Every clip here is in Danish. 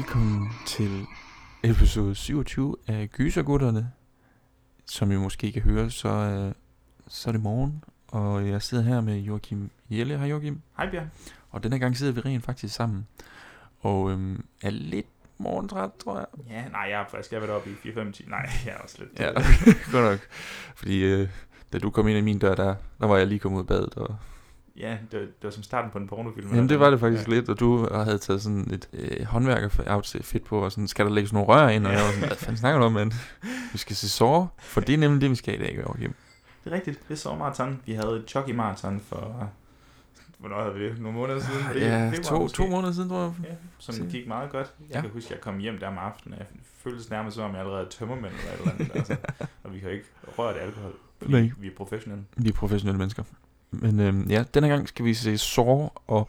Velkommen til episode 27 af Gysergutterne. Som I måske kan høre, så er det morgen, og jeg sidder her med Joachim Jelle. Hej Joachim. Hej Bjørn. Og denne gang sidder vi rent faktisk sammen. Og er lidt morgentræt, tror jeg. Ja, nej, jeg er frisk. Jeg har været oppe i 4-5 timer. Nej, jeg er også lidt. Ja, godt nok. Fordi da du kom ind i min dør, der var jeg lige kommet ud af badet. Og Ja, det var som starten på en pornofilm. jamen det var det faktisk lidt, og du havde taget sådan et håndværker-outfit på, og sådan, skal der lægge sådan nogle rør ind, og jeg var sådan, hvad fanden snakker du om, mand? Vi skal se Saw, for det er nemlig det, vi skal i dag, Joachim. Det er rigtigt, det er Saw Marathon. Vi havde Chucky Marathon for, hvornår havde vi det? Nogle måneder siden? Ja, to måneder siden, tror jeg. Ja, som gik meget godt. Jeg kan huske, at jeg kom hjem der om aftenen, og jeg føltes nærmest som om, jeg allerede er tømmermænd eller et eller andet. Altså. Og vi har ikke rørt alkohol, fordi Nej. vi er professionelle. Vi er professionelle mennesker. Men ja, denne gang skal vi se Saw, og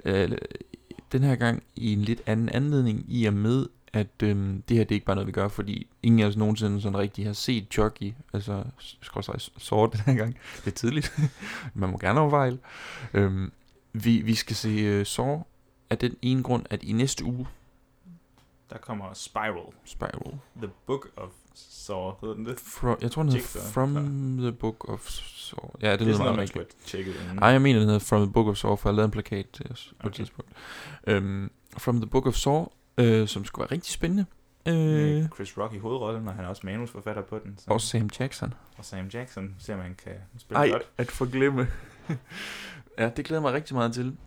den her gang i en lidt anden anledning, i og med, at det her det er ikke bare noget, vi gør, fordi ingen af os nogensinde sådan rigtig har set Chucky, altså Saw den her gang. Det er tidligt. Man må gerne overveje. Vi skal se Saw af den ene grund, at i næste uge, Der kommer Spiral. The Book of Saw, hedder den det? jeg tror den hedder Jigsaw. From the Book of Saw. Ja, det Det er lyder sådan noget, meget man rigtigt. skulle have tjekket inden. Nej, jeg mener, den hedder From the Book of Saw, for jeg lavede en plakat til os på et Okay. tidspunkt. From the Book of Saw, som skulle være rigtig spændende. Med Chris Rock i hovedrollen, og han er også manusforfatter på den. Så. Og Sam Jackson. Og Sam Jackson, ser man kan spille godt. At forglemme. Ja, det glæder mig rigtig meget til.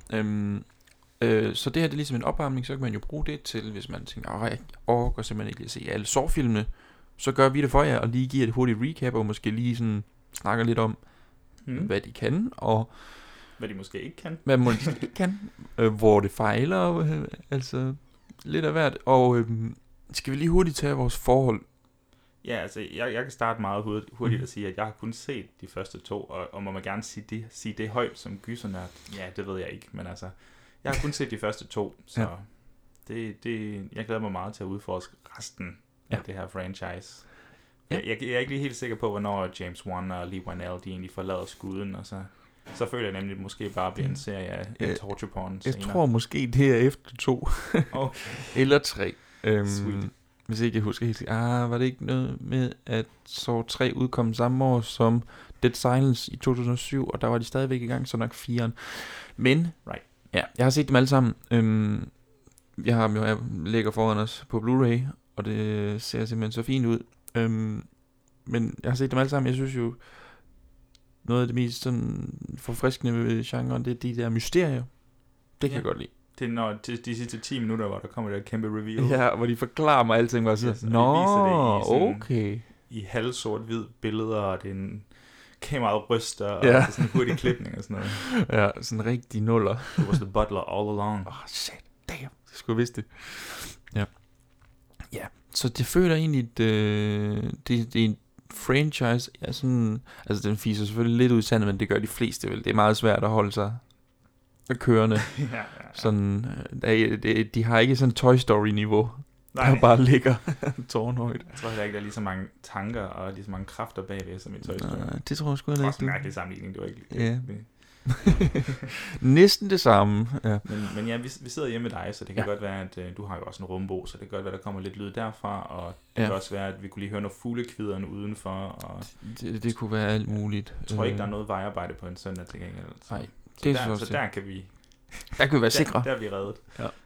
Så det her det er ligesom en opvarmning, så kan man jo bruge det til, hvis man tænker, jeg orker simpelthen ikke lige at se alle Saw-filmene, så gør vi det for jer, og lige giver et hurtigt recap, og måske lige sådan snakker lidt om, hvad de kan, og Hvad de måske ikke kan. hvad de ikke kan, hvor det fejler, altså lidt af hvert, og skal vi lige hurtigt tage vores forhold. Ja, altså, jeg kan starte meget hurtigt og sige, at jeg har kun set de første to, og må man gerne sige det højt som gysernørd? Ja, det ved jeg ikke, men altså, jeg har kun set de første to, så ja. Jeg glæder mig meget til at udforske resten af det her franchise. Ja. Jeg er ikke lige helt sikker på, hvornår James Wan og Lee Whannell, de egentlig forlader skuden, og så føler jeg nemlig, at det måske bare bliver en serie af torture porn Jeg senere. tror måske det er efter 2 Okay. eller 3. Sweet. Hvis ikke jeg husker helt. Var det ikke noget med, at Saw 3 udkom samme år som Dead Silence i 2007, og der var de stadigvæk i gang, så nok 4'eren. Men, ja, jeg har set dem alle sammen. Jeg har dem jo, jeg ligger foran os på Blu-ray, og det ser simpelthen så fint ud. Men jeg har set dem alle sammen. Jeg synes jo, noget af det mest sådan forfriskende ved genren, det er de der mysterier. Det kan jeg godt lide. Det er når de sidste 10 minutter, hvor der kommer det kæmpe reveal. Ja, hvor de forklarer mig alting, hvor jeg siger, Yes, og de viser det i sådan- okay. I halvsort-hvid billeder, og det er en kameraet ryster, og Ja. sådan en hurtig klipning og sådan noget. Ja, sådan rigtig nuller. It was the butler all along. Shit, damn. Jeg skulle have vidst det. Ja. Ja, så det føler egentlig, det er en franchise. Ja, sådan, altså den fiser selvfølgelig lidt ud i sandet, men det gør de fleste vel. Det er meget svært at holde sig kørende. ja. Sådan, de har ikke sådan Toy Story-niveau, Nej, der bare ligger tårnhøjt. jeg tror heller ikke, der er lige så mange tanker og lige så mange kræfter bagved, som i Toy Story. Nej, det tror jeg sgu, jeg Det var læste. også en mærkelig sammenligning, det var ikke Ja. det. Næsten det samme. Ja. Men ja, vi sidder hjemme med dig, så det kan Ja. godt være, at du har jo også en rumbo, så det kan godt være, der kommer lidt lyd derfra, og det Ja. kan også være, at vi kunne lige høre noget fuglekvideren udenfor, og Det kunne være alt muligt. jeg tror ikke, der er noget vejarbejde på en søndag til gengæld. Nej, så det er der, så også så der kan vi... Der kan vi være sikre. Der er vi reddet.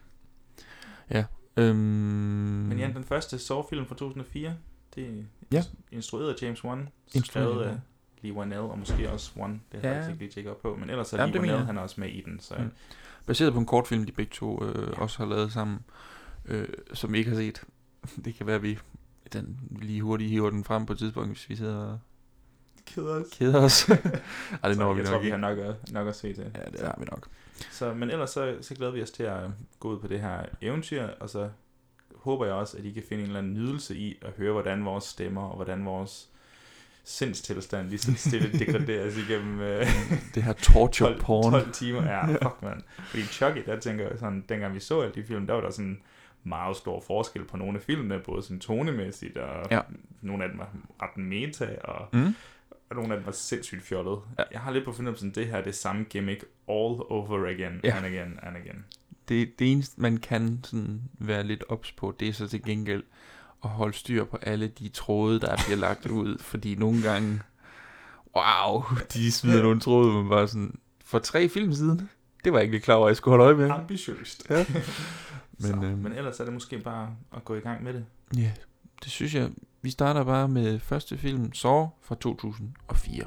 Ja. Men ja, den første Saw-film fra 2004, det er instrueret af James Wan, skrevet af Lee Whannell, og måske også Wan, det har jeg faktisk ikke lige tjekket op på, men ellers er Lee Whannell, han er også med i den, så... Baseret på en kortfilm, de begge to også har lavet sammen, som vi ikke har set. Det kan være, at vi lige hurtigt hiver den frem på et tidspunkt, hvis vi sidder og keder os. Ej, det når vi jeg nok tror, vi ikke. har nok at se til. Ja, det har vi nok. Så, men ellers så glæder vi os til at gå ud på det her eventyr, og så håber jeg også, at I kan finde en eller anden nydelse i at høre, hvordan vores stemmer og hvordan vores sindstilstand lige så stille degraderes igennem Det her torture 12, porn. 12 timer. Ja, fuck man. Fordi Chucky, der tænker jeg sådan, dengang vi så alle de film, der var der sådan meget stor forskel på nogle af filmene, både sådan tonemæssigt, og nogle af dem var ret meta, og nogle af dem var sindssygt fjollet. Ja. Jeg har lidt på fornemmelsen, det her er det samme gimmick all over again, and again, and again. det eneste, man kan sådan være lidt ops på, det er så til gengæld at holde styr på alle de tråde, der bliver lagt ud. Fordi nogle gange, wow, de smider nogle tråde, man bare sådan, for 3 film siden, det var jeg ikke lige klar over, at jeg skulle holde øje med. Ambitiøst. Ja. Men ellers er det måske bare at gå i gang med det. Ja, det synes jeg. Vi starter bare med første film, Saw, fra 2004.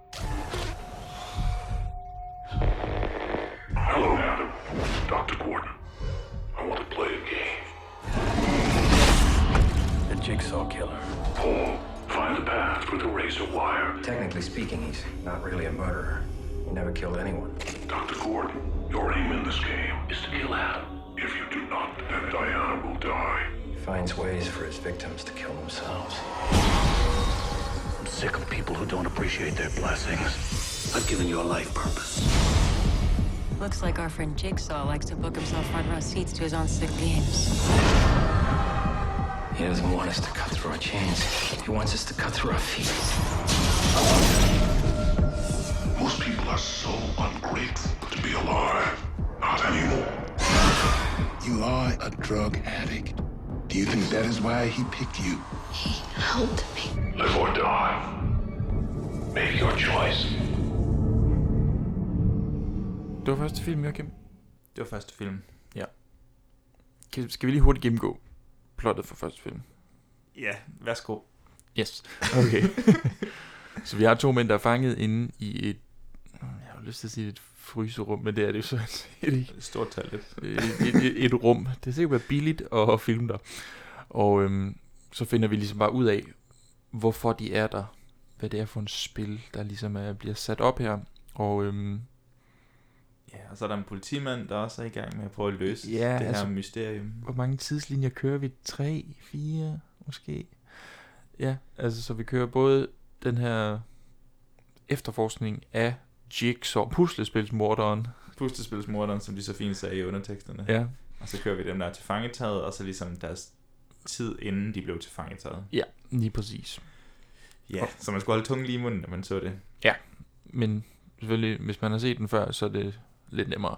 Hello, Adam. Dr. Gordon. I want to play a game. The Jigsaw Killer. Paul, find the path through the razor wire. Technically speaking, he's not really a murderer. He never killed anyone. Dr. Gordon, your aim in this game is to kill Adam. If you do not, then Diana will die. He finds ways for his victims to kill themselves. I'm sick of people who don't appreciate their blessings. I've given you a life purpose. Looks like our friend Jigsaw likes to book himself front row seats to his own sick games. He doesn't want us to cut through our chains. He wants us to cut through our feet. Most people are so ungrateful to be alive. Not anymore. You are a drug addict. Do you think that is why he picked you? He helped me. Live or die. Make your choice. Det var første film, Joachim. Det var første film. Ja. Skal vi lige hurtigt gennemgå plottet for første film? Ja, værsgo. Yes. Okay. Så vi har 2 mænd, der er fanget inde i et, jeg har lyst til at sige et fryserum, men det er det jo så ikke. Et stort toilet. et rum. Det er sikkert være billigt at filme der. Og så finder vi ligesom bare ud af, hvorfor de er der. Hvad det er for en spil, der ligesom bliver sat op her. Og ja, og så er der en politimand, der også er i gang med at prøve at løse Ja, det her altså, mysterium. hvor mange tidslinjer kører vi? 3, 4 måske? Ja, altså så vi kører både den her efterforskning af Jigsaw, puslespilsmorderen. Puslespilsmorderen, som de så fint sagde i underteksterne. Ja. Og så kører vi dem, der er tilfangetaget, og så ligesom deres tid, inden de blev tilfangetaget. Ja, lige præcis. Ja, så man skulle holde tungen lige i munden, når man så det. Ja, men selvfølgelig, hvis man har set den før, så er det lidt nemmere.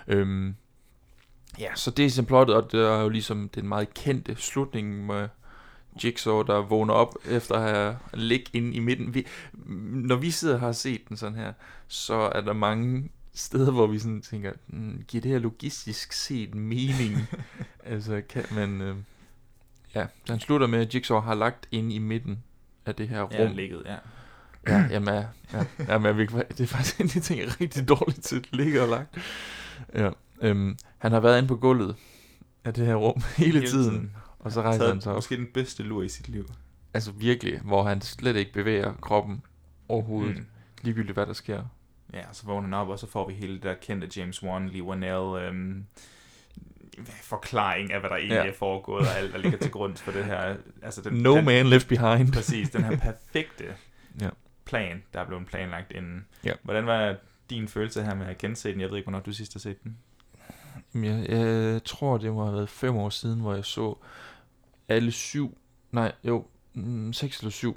Ja, så det er sådan plottet, og det er jo ligesom den meget kendte slutning med Jigsaw, der vågner op efter at have ligget inde i midten. Når vi sidder og har set den sådan her, så er der mange steder, hvor vi sådan tænker, giver det her logistisk set mening? Altså, kan man... ja, så han slutter med, at Jigsaw har lagt inde i midten af det her rum. Ja, ligget, ja. Ja, jamen, det er faktisk en af de ting, jeg er rigtig dårligt til, ligger og lagt. Ja, han har været inde på gulvet af det her rum hele tiden, og så rejser han sig op. Måske den bedste lur i sit liv. Altså virkelig, hvor han slet ikke bevæger kroppen overhovedet, ligegyldigt hvad der sker. Ja, og så vågner han op, og så får vi hele det der kendte James Wan, Lee Wanell, forklaring af, hvad der egentlig er foregået, og alt, der ligger til grund for det her. Altså den man left behind. Præcis, den her perfekte plan, der er blevet planlagt inden. Ja. Hvordan var din følelse her med at gense den? Jeg ved ikke, hvornår du sidst har set den. Jeg tror, det må have været 5 år siden, hvor jeg så alle 7, 6 eller 7.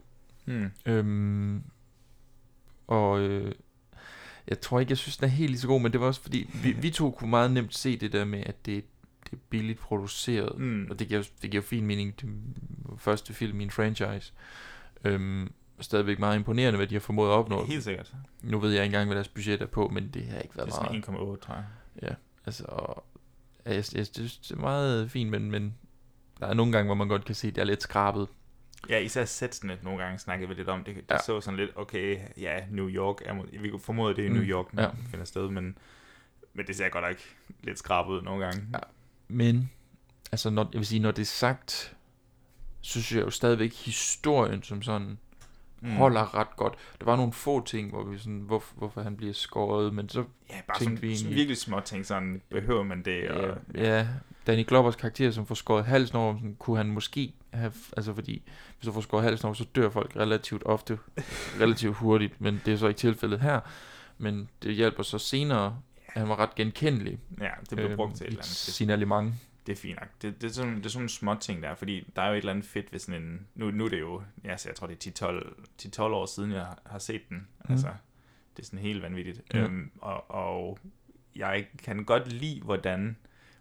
Jeg tror ikke, jeg synes, den er helt lige så god, men det var også fordi, vi to kunne meget nemt se det der med, at det er billigt produceret, og det giver fin mening til første film i en franchise. Stadigvæk meget imponerende, hvad de har formået at opnå. Helt sikkert. Nu ved jeg ikke engang, hvad deres budget er på, men det har ikke været meget. Det er sådan 1,8, tror jeg. Ja, altså, jeg synes, det er meget fint, men der er nogle gange, hvor man godt kan se, at det er lidt skrabet. Ja, især sætsene nogle gange snakkede vi lidt om. Det så sådan lidt, okay, ja, New York, vi kunne formode, det er New York, når det finder sted, men det ser godt nok lidt skrabet ud nogle gange. Ja, men, altså, når det er sagt, synes jeg jo stadigvæk, historien som sådan holder ret godt. Der var nogle få ting, hvor vi sådan, hvorfor han bliver skåret, men så bare tænkte vi egentlig... virkelig små ting, sådan, behøver man det? Og, ja, Danny Globbers karakter, som får skåret halsen over, sådan, kunne han måske have, altså fordi, hvis du får skåret halsen over, så dør folk relativt ofte, relativt hurtigt, men det er så ikke tilfældet her, men det hjælper så senere, at han var ret genkendelig. Ja, det blev brugt til et eller andet. Signalement. Det er fint nok. Det er sådan nogle små ting der, fordi der er jo et eller andet fedt ved sådan en... Nu er det jo... Så jeg tror, det er 10-12 år siden, jeg har set den. Altså, det er sådan helt vanvittigt. Og jeg kan godt lide, hvordan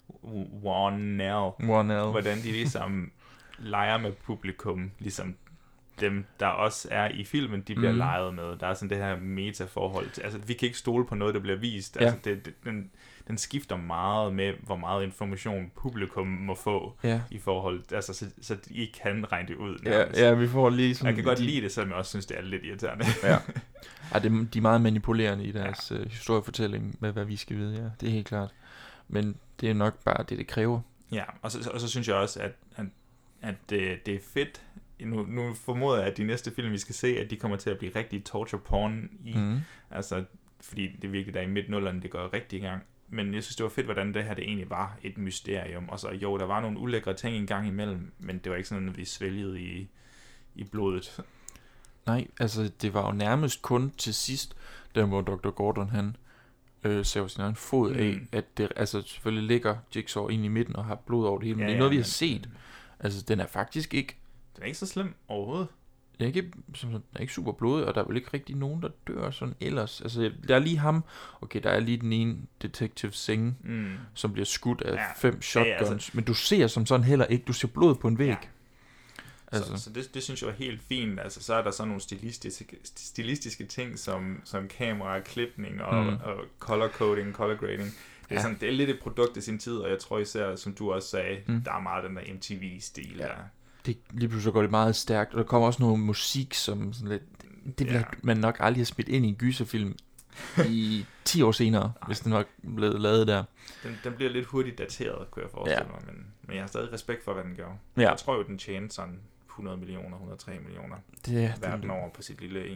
Warnell, hvordan de ligesom leger med publikum, ligesom dem, der også er i filmen, de bliver leget med. Der er sådan det her metaforhold. Altså, vi kan ikke stole på noget, der bliver vist. Ja. Altså, den skifter meget med, hvor meget information publikum må få i forhold, altså, så de ikke kan regne det ud. Ja, vi får lige sådan... Jeg kan godt lide det, selvom jeg også synes, det er lidt irriterende. Ja. De er meget manipulerende i deres historiefortælling med, hvad vi skal vide. Ja, det er helt klart. Men det er nok bare det kræver. Ja, og så synes jeg også, at det er fedt. Nu formoder jeg, at de næste film, vi skal se, at de kommer til at blive rigtig torture porn i. Altså, fordi det er virkelig der i midt-nullerne, det går rigtig i gang. Men jeg synes, det var fedt, hvordan det her det egentlig var et mysterium. Og så jo, der var nogle ulækre ting en gang imellem, men det var ikke sådan, at vi svælgede i blodet. Nej, altså det var jo nærmest kun til sidst, der hvor Dr. Gordon han saver sin egen fod af, at det altså selvfølgelig ligger Jigsaw ind i midten og har blod over det hele. Men det er noget, vi har set. Altså den er faktisk ikke... Den er ikke så slem overhovedet. Den er ikke super blodig, og der er vel ikke rigtig nogen, der dør sådan ellers. Altså, der er lige ham. Okay, der er lige den ene Detective Singh, som bliver skudt af 5 shotguns. Altså, men du ser som sådan heller ikke. Du ser blod på en væg. Ja. Altså. Så det synes jeg var helt fint. Altså, så er der sådan nogle stilistiske ting, som kamera, klipning og color coding, color grading. Det er, sådan, det er lidt et produkt af sin tid, og jeg tror især, som du også sagde, der er meget den der MTV-stil. Ja. Det lige pludselig går det meget stærkt, og der kommer også noget musik, som sådan lidt, det vil man nok aldrig have smidt ind i en gyserfilm i 10 år senere, hvis den var blevet lavet der. Den bliver lidt hurtigt dateret, kunne jeg forestille mig, men jeg har stadig respekt for, hvad den gør. Ja. Jeg tror jo, den tjente sådan 100 millioner, 103 millioner verden over på sit lille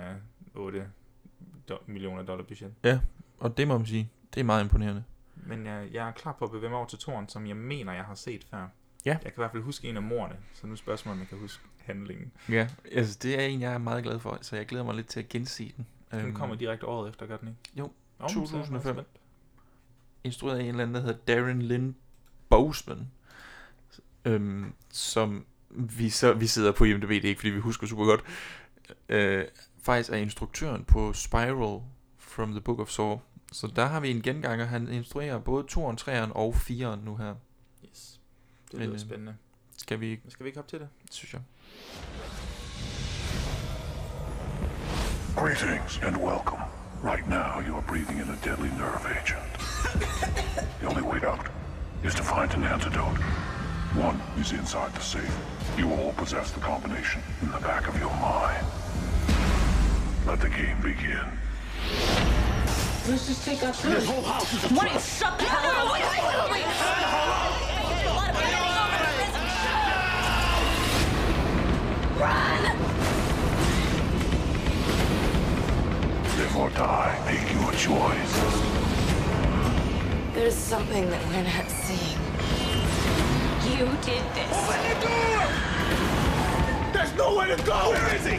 1,8 millioner dollar budget. Ja, og det må man sige, det er meget imponerende. Men jeg er klar på at bevæge mig over til toren, som jeg mener, jeg har set før. Ja. Jeg kan i hvert fald huske en af mordene, så nu spørgsmålet, om jeg kan huske handlingen. Ja, altså det er en, jeg er meget glad for, så jeg glæder mig lidt til at gense den. Den kommer direkte året efter, gør den ikke? Jo, 2005. Instrueret af en eller anden, der hedder Darren Lynn Bousman, som vi sidder på IMDb, det er ikke fordi vi husker super godt, faktisk er instruktøren på Spiral from the Book of Saw. Så der har vi en genganger. Han instruerer både 2'eren, 3'eren og 4'eren nu her. Yes. Det lyder spændende. Skal vi ikke hoppe til det? Synes jeg. Greetings and welcome. Right now you are breathing in a deadly nerve agent. The only way out is to find an antidote. One is inside the safe. You all possess the combination in the back of your mind. Let the game begin. Let's just take our time. This whole house is a trap. Shut the hell up! Wait. Run! Live or die, make your choice. There's something that we're not seeing. You did this. Open the door! There's nowhere to go! Where is he?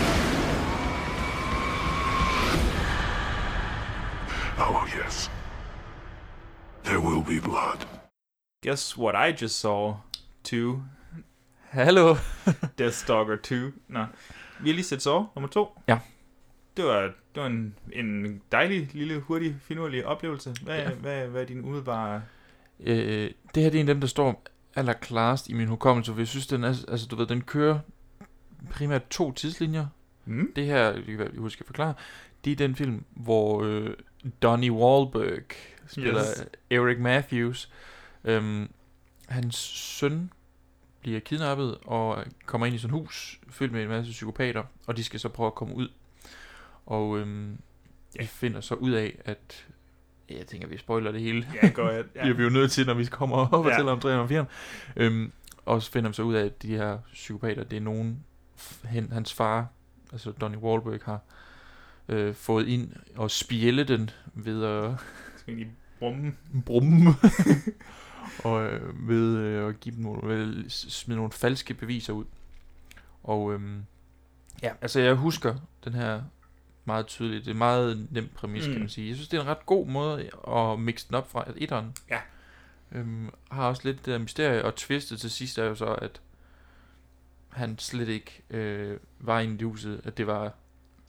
Oh, yes. There will be blood. Guess what I just saw? 2. Hallo. Deathstalker 2. Nå. Vi har lige set Saw nummer 2. Ja. Det var en dejlig, lille, hurtig, finurlig oplevelse. Hvad er din umiddelbare... Det her det er en af dem, der står allerklarest i min hukommelse, for jeg synes, den er, altså du ved, den kører primært 2 tidslinjer. Det her, jeg husker at forklare, det er den film, hvor Donnie Wahlberg spiller Eric Matthews. Hans søn bliver kidnappet og kommer ind i sådan et hus fyldt med en masse psykopater, og de skal så prøve at komme ud. Og de finder så ud af, at jeg tænker, vi spoiler det hele. Ja, går jeg. Bliver vi jo nødt til, når vi kommer op og fortæller om 3 og 4. Og så finder de så ud af, at de her psykopater, det er nogen, hans far, altså Donnie Wahlberg, har fået ind og spjælde den ved at brumme og ved at give dem smide nogle falske beviser ud. Og altså jeg husker den her meget tydeligt. Det er meget nem præmis, kan man sige. Jeg synes, det er en ret god måde at mixe den op fra etteren. Ja. Har også lidt det mysterie, og twistet til sidst er jo så, at han slet ikke var inde i huset, at det var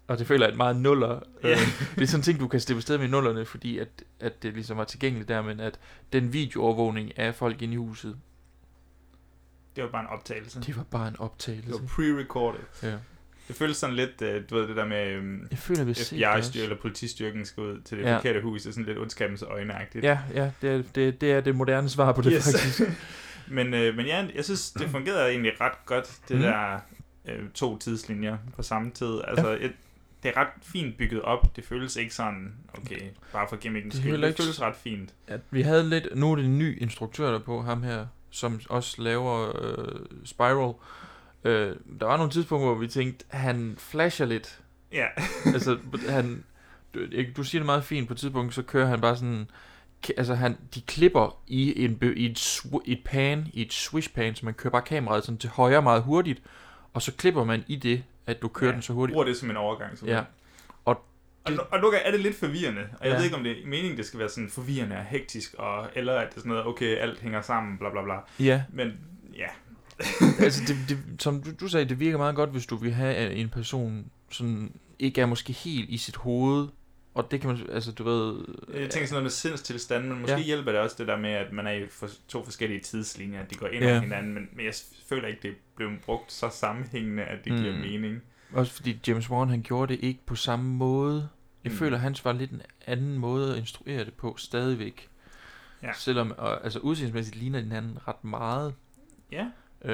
Og det føler jeg et meget nuller. Det er sådan en ting, du kan slippe sted med i nullerne, fordi at det ligesom var tilgængeligt der, men at den videoovervågning af folk inde i huset, Det var bare en optagelse. det var bare en optagelse. Det var pre-recorded. Ja. Det føles sådan lidt, du ved det der med Jeg føler, vi FBI-styr eller politistyrken skal ud til det forkerte hus. Det er sådan lidt ondskabens øjneagtigt. Ja, det er det moderne svar på det, faktisk. men ja, jeg synes, det fungerede egentlig ret godt, det der 2 tidslinjer på samme tid. Altså, det er ret fint bygget op. Det føles ikke sådan, okay, bare for gimmickens skyld. Det føles ret fint. At vi havde lidt, nu er det en ny instruktør der på, ham her, som også laver Spiral. Der var nogle tidspunkter, hvor vi tænkte, han flasher lidt. Ja. Altså, du siger det meget fint, på et tidspunkt, så kører han bare sådan, altså de klipper i et swish pan, så man kører bare kameraet sådan til højre meget hurtigt, og så klipper man i det, at du kører den så hurtigt. Bruger det som en overgang. Ja. Og nu er det lidt forvirrende, og jeg ved ikke, om det er meningen, det skal være sådan forvirrende og hektisk, eller at det er sådan noget, okay, alt hænger sammen, bla bla bla. Ja. Men, ja. Altså, som du sagde, det virker meget godt, hvis du vil have en person, som ikke er måske helt i sit hoved, og det kan man, altså du ved... Jeg tænker sådan noget med sindstilstand, men måske hjælper det også det der med, at man er i 2 forskellige tidslinjer, de går ind over hinanden, men jeg føler ikke, det blev brugt så sammenhængende, at det giver mening. Også fordi James Wan, han gjorde det ikke på samme måde. Jeg føler, hans var lidt en anden måde at instruere det på, stadigvæk. Ja. Selvom, altså udseendsmæssigt ligner den anden ret meget. Ja.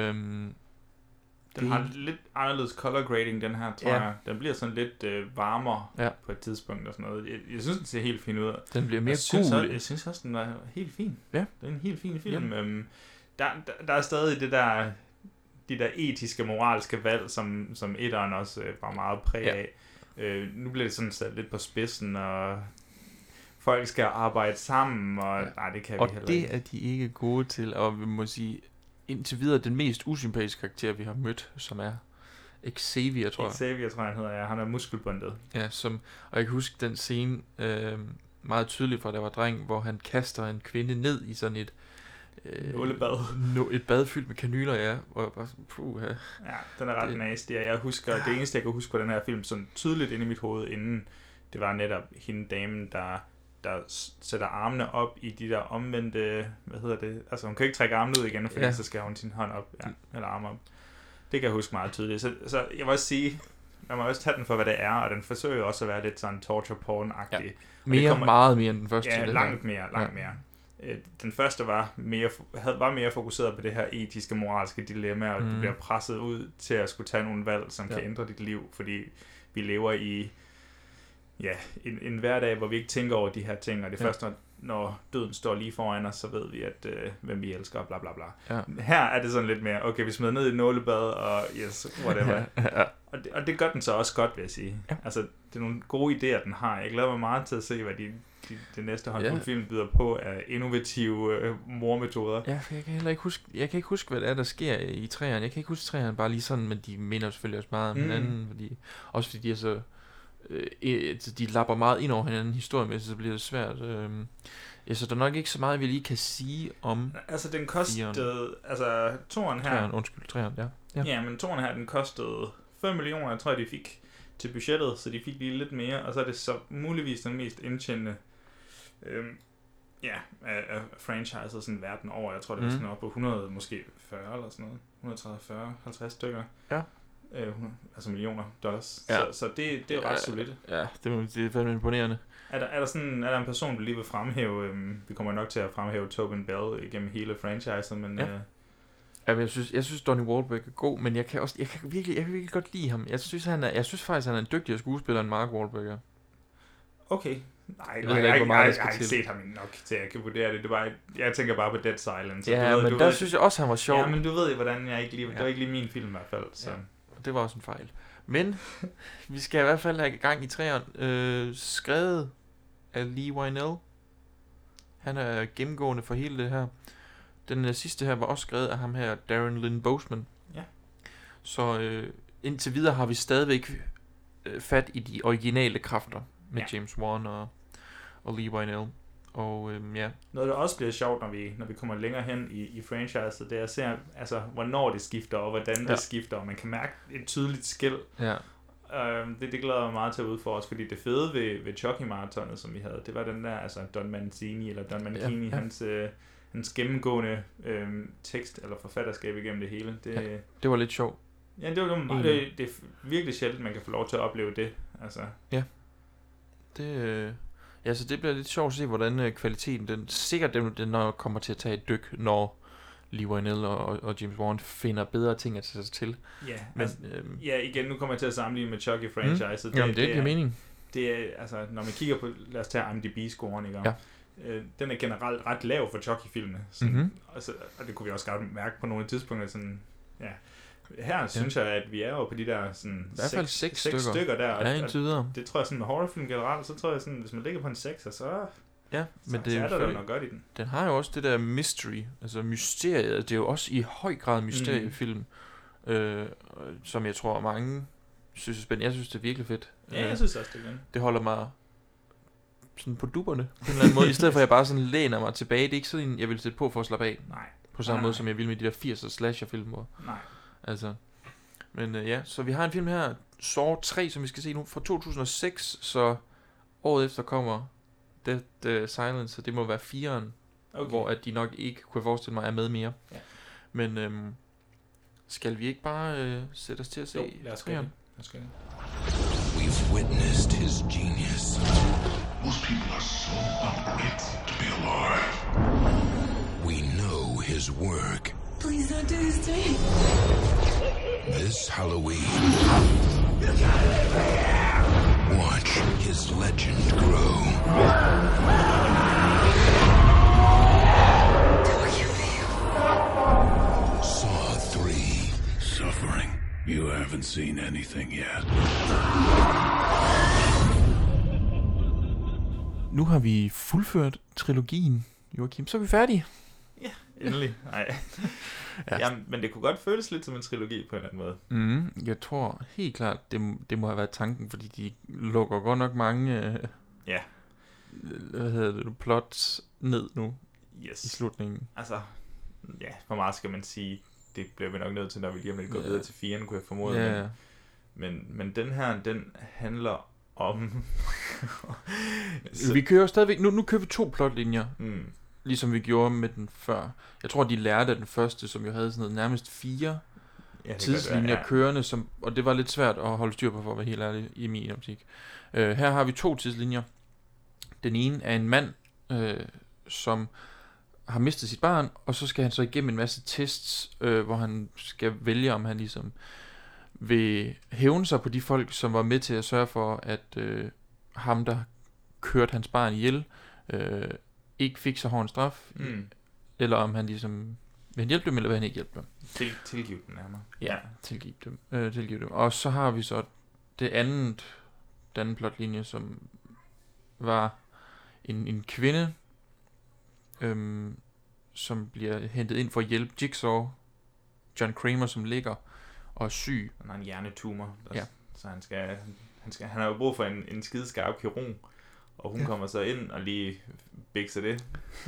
Den har lidt anderledes color grading, den her, tror jeg. Den bliver sådan lidt varmere på et tidspunkt og sådan noget. Jeg synes, den ser helt fin ud. Den bliver mere gul. Jeg synes også, den var helt fin. Ja. Det er en helt fin film. Ja. Der er stadig det der, de der etiske, moralske valg, som etteren også var meget præg af. Nu bliver det sådan sat lidt på spidsen, og folk skal arbejde sammen, og nej, det kan vi heller ikke. Og det er de ikke gode til, og vi må sige, indtil videre den mest usympatiske karakter, vi har mødt, som er Xavier, tror jeg. Xavier, tror jeg, han hedder, ja. Han er muskelbundet. Ja, og jeg kan huske den scene meget tydeligt fra, da jeg var dreng, hvor han kaster en kvinde ned i sådan et nålebad. Et bad fyldt med kanyler, ja. Og bare sådan, ja, den er ret nasty, og jeg husker, det eneste, jeg kan huske på den her film, sådan tydeligt inde i mit hoved inden, det var netop hende damen, der sætter armene op i de der omvendte, hvad hedder det, altså hun kan ikke trække armene ud igen, fordi så skal hun sin hånd op, eller arme op. Det kan jeg huske meget tydeligt. Så jeg må også sige, man må også tage den for, hvad det er, og den forsøger også at være lidt sådan torture porn-agtig. Ja. Meget mere end den første. Ja, langt mere. Den første var mere fokuseret på det her etiske, moralske dilemma, og du bliver presset ud til at skulle tage nogle valg, som kan ændre dit liv, fordi vi lever i en hverdag, hvor vi ikke tænker over de her ting, og det første, når døden står lige foran os, så ved vi, at hvem vi elsker, bla bla bla. Ja. Her er det sådan lidt mere, okay, vi smider ned i et nålebad, og yes, whatever. Og det gør den så også godt, vil jeg sige. Ja. Altså, det er nogle gode idéer, den har. Jeg glæder mig meget til at se, hvad det næste håndfuld film byder på af innovative mormetoder. Ja, for jeg kan ikke huske, hvad det er, der sker i træerne. Jeg kan ikke huske træerne bare lige sådan, men de minder selvfølgelig også meget om hinanden, fordi de er så... de lapper meget ind over hinanden historiemæssigt, så bliver det svært. Så der er nok ikke så meget, vi lige kan sige om. Altså den kostede, altså toren her. Træeren, ja. Ja, men toren her, den kostede 5 millioner, jeg tror, de fik til budgettet, så de fik lige lidt mere, og så er det så muligvis den mest indtjente af franchiset sådan verden over. Jeg tror, det var sådan op på 100, måske 40 eller sådan noget. 130, 40, 50 stykker. Ja. Altså millioner dollars. Ja. Så det er ret solidt. Ja, det er fandme imponerende. Er der en person, du lige vil fremhæve? Vi kommer nok til at fremhæve Tobin Bell gennem hele franchiset, men... Jeg synes Donnie Wahlberg er god, men jeg kan virkelig godt lide ham. Jeg synes faktisk han er en dygtigere skuespiller end Mark Wahlberg. Okay. Nej, jeg har ikke set ham nok til at jeg kan vurdere det. Jeg tænker bare på Dead Silence. Ja, men der synes jeg også han var sjov. Ja, men du ved hvordan jeg ikke lige. Det var ikke lige min film i hvert fald. Så. Ja, det var også en fejl. Men vi skal i hvert fald have gang i træerne. Skrevet af Lee Whannell. Han er gennemgående for hele det her. Den sidste her var også skrevet af ham her, Darren Lynn Bousman. Ja. Så indtil videre har vi stadigvæk fat i de originale kræfter med James Wan og Lee Whannell. Og noget, der også bliver sjovt, når vi kommer længere hen i franchiset, det er at se, altså, hvornår det skifter, og hvordan det skifter, og man kan mærke et tydeligt skel. Ja. Det glæder mig meget til at udforske, fordi det fede ved Chucky-maratonet, som vi havde, det var den der, altså Don Mancini, eller Don Mancini, hans gennemgående tekst, eller forfatterskab igennem det hele. Det var lidt sjovt. Ja, det er virkelig sjældent, man kan få lov til at opleve det. Altså. Ja. Så det bliver lidt sjovt at se, hvordan kvaliteten, den sikkert den kommer til at tage et dyk, når Leigh Whannell og James Wan finder bedre ting at tage sig til. Ja, men, igen, nu kommer jeg til at sammenligne med Chucky-franchise. Jamen, det giver mening. Det er, altså, når man kigger på, lad os tage IMDb-scoren, ikke? Ja. Den er generelt ret lav for Chucky-filmene. Og det kunne vi også godt mærke på nogle tidspunkter. Sådan, ja. Her synes jeg, at vi er jo på de der sådan, i hvert fald 6 stykker der. Ja, indtil videre. Det tror jeg sådan med horrorfilm generelt, så tror jeg sådan, hvis man ligger på en 6'er, så... Ja, men så er der noget godt i den. Den har jo også det der mystery, altså mysteriet. Det er jo også i høj grad mysteriefilm, som jeg tror mange synes er spændende. Jeg synes det er virkelig fedt. Ja, jeg synes også det er. Det holder mig sådan på dupperne på en eller anden måde, i stedet for at jeg bare sådan læner mig tilbage. Det er ikke sådan, jeg vil sætte på for at slappe af. Nej. På samme måde som jeg ville med de der 80'er slasher-film. Nej. Altså, men så vi har en film her, Saw 3, som vi skal se nu, fra 2006, så året efter kommer Dead Silence, så det må være 4'eren, hvor at de nok ikke kunne forestille mig er med mere. Ja. Men skal vi ikke bare sætte os til at se? Jo, lad os gøre det. We've witnessed his genius. Most people are so unfit to be alive. We know his work. Please don't do this to me. This Halloween, watch his legend grow. Don't you feel? Saw 3. Suffering. You haven't seen anything yet. Nu har vi fuldført trilogien, Joachim. Så er vi færdige. Ja, endelig. Nej. Jamen, men det kunne godt føles lidt som en trilogi på en eller anden måde. Jeg tror helt klart, det må have været tanken, fordi de lukker godt nok mange plots ned nu i slutningen. Altså, ja, hvor meget skal man sige? Det bliver vi nok nødt til, når vi lige om lidt går videre til 4'eren, kunne jeg formode. Ja. Men den her, den handler om... Vi kører stadigvæk... Nu kører vi 2 plotlinjer. Ligesom vi gjorde med den før. Jeg tror, de lærte af den første, som jo havde sådan noget, nærmest 4 tidslinjer kørende, og det var lidt svært at holde styr på, for at være helt ærlig, i min optik. Her har vi 2 tidslinjer. Den ene er en mand, som har mistet sit barn, og så skal han så igennem en masse tests, hvor han skal vælge, om han ligesom vil hævne sig på de folk, som var med til at sørge for, at ham, der kørte hans barn ihjel, ikke fik så hård en straf, eller om han ligesom vil han hjælpe dem, eller vil han ikke hjælpe dem. Tilgive dem nærmere. Ja, tilgive dem. Og så har vi så den anden plotlinje, som var en kvinde, som bliver hentet ind for at hjælpe Jigsaw, John Kramer, som ligger og er syg. Han har en hjernetumor, så han har jo brug for en skideskarp kirurg, og hun kommer så ind og lige bikser det.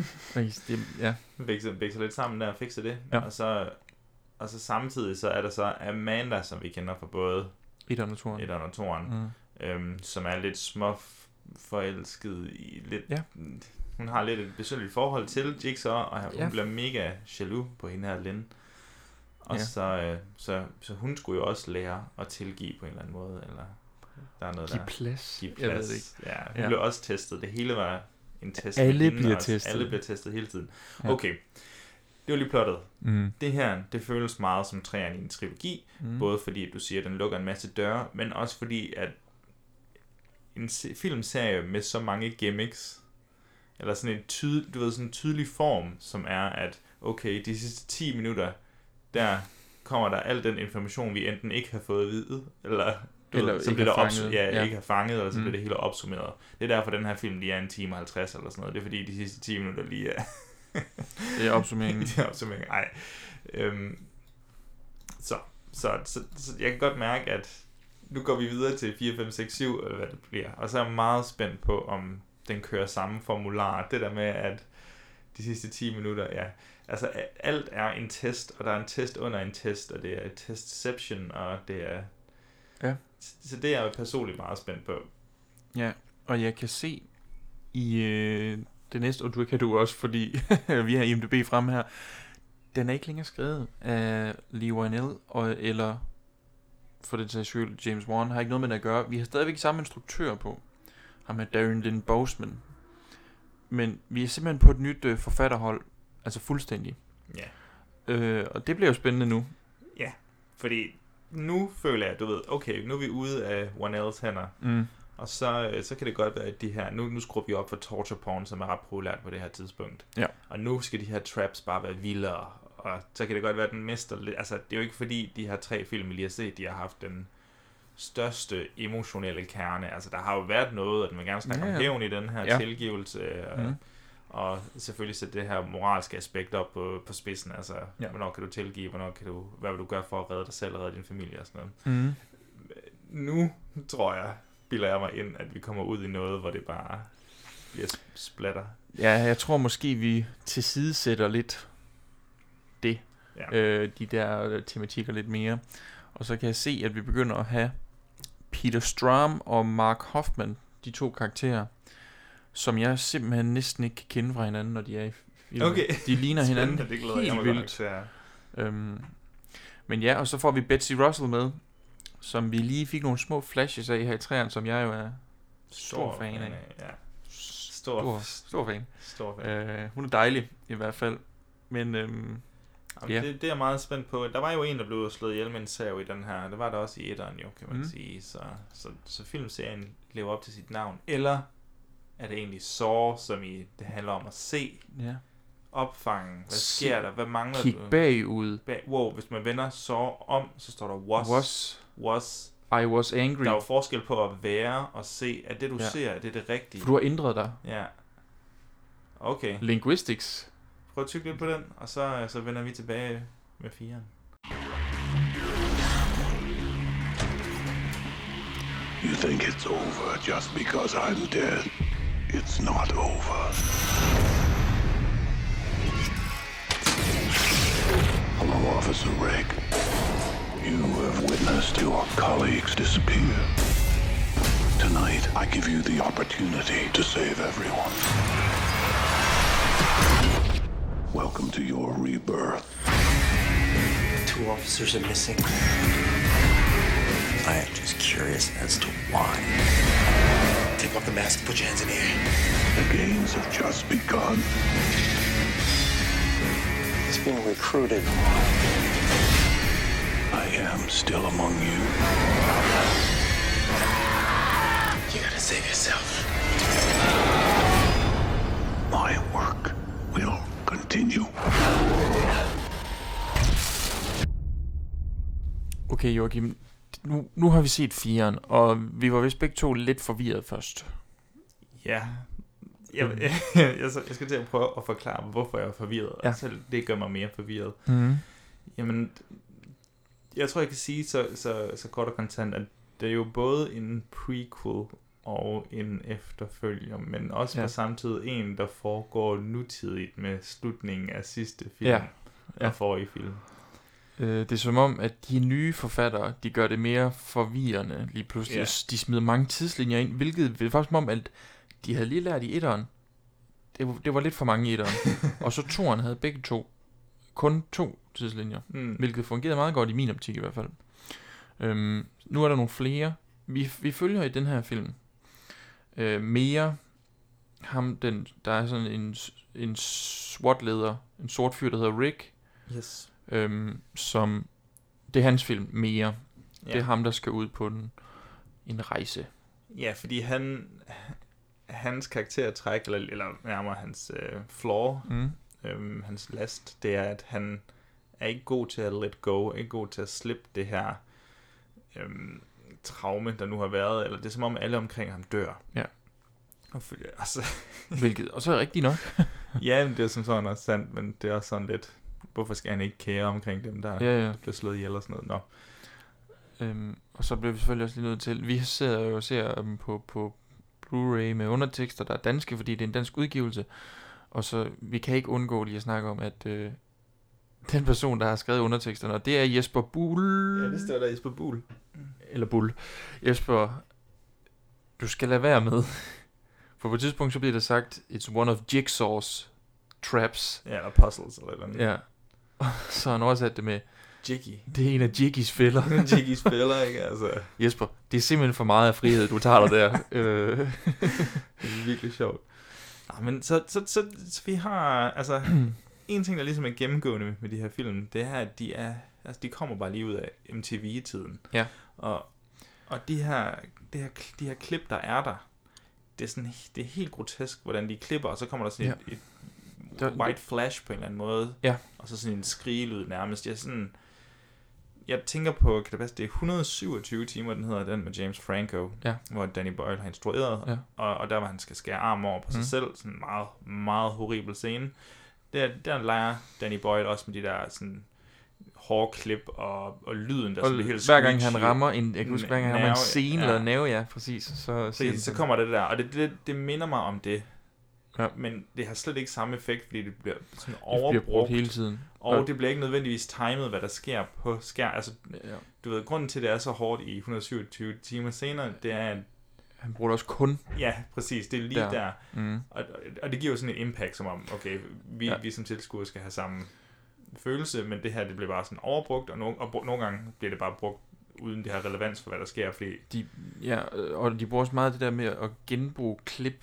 Bikser lidt sammen der og fikser det. Ja. Og så samtidig så er der så Amanda, som vi kender fra både 1'eren og 2'eren, som er lidt småforelsket i lidt... Ja. Hun har lidt et besynderligt forhold til Jigsaw, og hun bliver mega jaloux på hende her, Lynn. Og så hun skulle jo også lære at tilgive på en eller anden måde, eller der er noget Give plads. Jeg ved det ikke. Ja, hun blev også testet. Det hele var en test. Alle bliver testet. Alle bliver testet hele tiden. Ja. Okay, det var lige plottet. Det her, det føles meget som 3'eren i en trilogi, både fordi du siger, at den lukker en masse døre, men også fordi, at en filmserie med så mange gimmicks, eller sådan en tydelig form, som er, at okay, de sidste 10 minutter, der kommer der al den information, vi enten ikke har fået at vide, eller så bliver det ikke har fanget, eller så bliver det hele opsummeret. Det er derfor, den her film lige er 1 time og 50 eller sådan noget. Det er fordi, de sidste 10 minutter lige er... det er opsummeringen. Det er opsummeringen, ej. Så jeg kan godt mærke, at nu går vi videre til 4, 5, 6, 7, eller hvad det bliver. Og så er jeg meget spændt på, om den kører samme formular. Det der med, at de sidste 10 minutter, altså alt er en test, og der er en test under en test, og det er testception, og det er Ja. Så det er jeg personligt meget spændt på. Ja, og jeg kan se i det næste, og du kan du også, fordi vi har IMDb frem her, den er ikke længere skrevet af Lee Whannell, eller for det sags skyld James Wan, har ikke noget med det at gøre. Vi har stadigvæk samme instruktør på, ham er Darren Lynn Bousman, men vi er simpelthen på et nyt forfatterhold, altså fuldstændig. Ja. Og det bliver jo spændende nu. Ja, fordi nu føler jeg, du ved, okay, nu er vi ude af Whannells hænder, og så kan det godt være, at de her, nu skruer vi op for torture porn, som er ret populært på det her tidspunkt. Ja. Og nu skal de her traps bare være vildere, og så kan det godt være, at den mister lidt, altså det er jo ikke fordi, de her 3 film, vi lige har set, de har haft den største emotionelle kerne, altså der har jo været noget, og den vil gerne snakke om hævn i den her tilgivelse, og selvfølgelig sætte det her moralske aspekt op på spidsen, altså hvornår kan du tilgive, hvad vil du gøre for at redde dig selv og redde din familie og sådan noget. Nu tror jeg, bilder jeg mig ind, at vi kommer ud i noget, hvor det bare bliver splatter. Ja, jeg tror måske, vi tilsidesætter lidt det, de der tematikker lidt mere. Og så kan jeg se, at vi begynder at have Peter Strahm og Mark Hoffman, de 2 karakterer, som jeg simpelthen næsten ikke kan kende fra hinanden, når de er i filmen. Okay. De ligner hinanden helt vildt. Men ja, og så får vi Betsy Russell med, som vi lige fik nogle små flashes af her i træerne, som jeg jo er stor fan af. Ja. Stor fan. Stor fan. Hun er dejlig i hvert fald. Men det er jeg meget spændt på. Der var jo en, der blev slået ihjel med en sav i den her. Det var der også i etteren jo, kan man sige. Så filmserien lever op til sit navn. Eller er det egentlig Saw, som det handler om at se, opfange, hvad sker der, hvad mangler du? Kig bagud. Wow, hvis man vender Saw om, så står der was. I was angry. Der er jo forskel på at være og se. Er det, du ser, er det rigtige? For du har ændret dig. Ja. Okay. Linguistics. Prøv at tykke lidt på den, og så vender vi tilbage med 4'eren. You think it's over just because I'm dead. It's not over. Hello, Officer Rick. You have witnessed your colleagues disappear. Tonight, I give you the opportunity to save everyone. Welcome to your rebirth. 2 officers are missing. I am just curious as to why. Take off the mask, put your hands in the air. The games have just begun. He's being recruited. I am still among you. You gotta save yourself. My work will continue. Okay, Joachim. Nu har vi set 4'eren, og vi var vist begge 2 lidt forvirret først. Ja. Jeg skal til at prøve at forklare, hvorfor jeg er forvirret. Og selv det gør mig mere forvirret. Jamen, jeg tror, jeg kan sige så kort og kontant, at det er jo både en prequel og en efterfølger, men også på samme tid en, der foregår nutidigt med slutningen af sidste film og forrige film. Det er som om, at de nye forfattere, de gør det mere forvirrende lige pludselig. Yeah. De smider mange tidslinjer ind, hvilket er faktisk som om, at de havde lige lært i etteren. Det var lidt for mange i etteren. Og så toeren havde begge 2 kun 2 tidslinjer, hvilket fungerede meget godt i min optik i hvert fald. Nu er der nogle flere. Vi følger i den her film mere ham, der er sådan en SWAT-leder, en sort fyr, der hedder Rick. Yes. Som det er hans film mere. Det er ham, der skal ud på en rejse. Ja, fordi hans karaktertræk, eller nærmere hans flaw, hans last, det er, at han er ikke god til at let go, ikke god til at slippe det her traume, der nu har været, eller det er som om alle omkring ham dør. Ja. Altså. Hvilket også er rigtigt nok. Ja, det er som sådan også sandt, men det er også sådan lidt, hvorfor skal han ikke kære omkring dem, der bliver slået ihjel og sådan noget. Nå. Og så bliver vi selvfølgelig også lige nødt til, vi sidder jo og ser dem på Blu-ray med undertekster, der er danske, fordi det er en dansk udgivelse, og så vi kan ikke undgå lige at snakke om, at den person, der har skrevet underteksterne, og det er Jesper Buhl. Ja, det står der Jesper Buhl. eller Bull. Jesper, du skal lade være med. For på et tidspunkt, så bliver det sagt, it's one of Jigsaw's traps. Ja, eller puzzles, eller noget. Ja. Så har han oversat det med, Jiggy. det er en af Jiggys fælder. Jiggy spiller, ikke? Altså. Jesper, det er simpelthen for meget af frihed, du tager dig der. Det er virkelig sjovt. Nej, men så vi har, altså, en ting, der ligesom er gennemgående med de her film, det er, at de kommer bare lige ud af MTV-tiden. Ja. Og de her klip, der er der, det er helt grotesk, hvordan de klipper, og så kommer der sådan et white flash på en eller anden måde, og så sådan en skrigelyd nærmest. Jeg tænker på, kan det passe, det er 127 timer, den hedder, den med James Franco, hvor Danny Boyle har instrueret, og der hvor han skal skære arm over på sig selv, sådan en meget, meget horribel scene. Der leger Danny Boyle også med de der sådan hårde klip og lyden, der sådan helt hver gang han rammer en, jeg kan huske, hver gang han rammer en scene eller en nerve, præcis. Så kommer det der, og det minder mig om det. Ja. Men det har slet ikke samme effekt, fordi det bliver sådan overbrugt hele tiden. Og det bliver ikke nødvendigvis timet, hvad der sker på skærm. Altså, du ved, grunden til, at det er så hårdt i 127 timer senere, det er, at han bruger det også kun. Ja, præcis. Det er lige der. Og det giver jo sådan et impact, som om, okay, vi som tilskuere skal have samme følelse, men det her, det bliver bare sådan overbrugt, og nogle gange bliver det bare brugt uden det har relevans for, hvad der sker, fordi og de bruger også meget det der med at genbruge klip.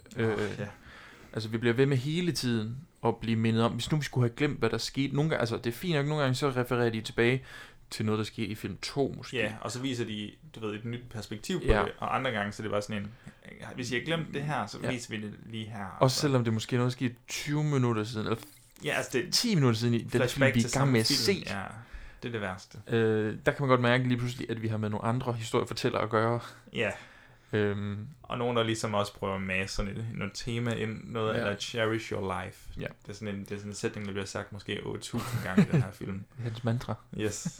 Altså, vi bliver ved med hele tiden at blive mindet om, hvis nu vi skulle have glemt, hvad der skete. Nogle gange, altså, det er fint nok, nogle gange så refererer de tilbage til noget, der skete i film 2, måske. Ja, og så viser de, du ved, et nyt perspektiv på det, og andre gange, så det var sådan en, hvis I har glemt det her, så viser vi det lige her. Også selvom det måske noget skete 20 minutter siden, eller altså det, 10 minutter siden, den film, vi er i gang med at se. Ja, det er det værste. Der kan man godt mærke lige pludselig, at vi har med nogle andre historiefortællere at gøre. Ja. Og nogen, der ligesom også prøver at mase sådan noget tema ind, noget eller cherish your life. Ja. Det er sådan en sætning, der bliver sagt måske 8.000 gange i den her film. Hans mantra. Yes.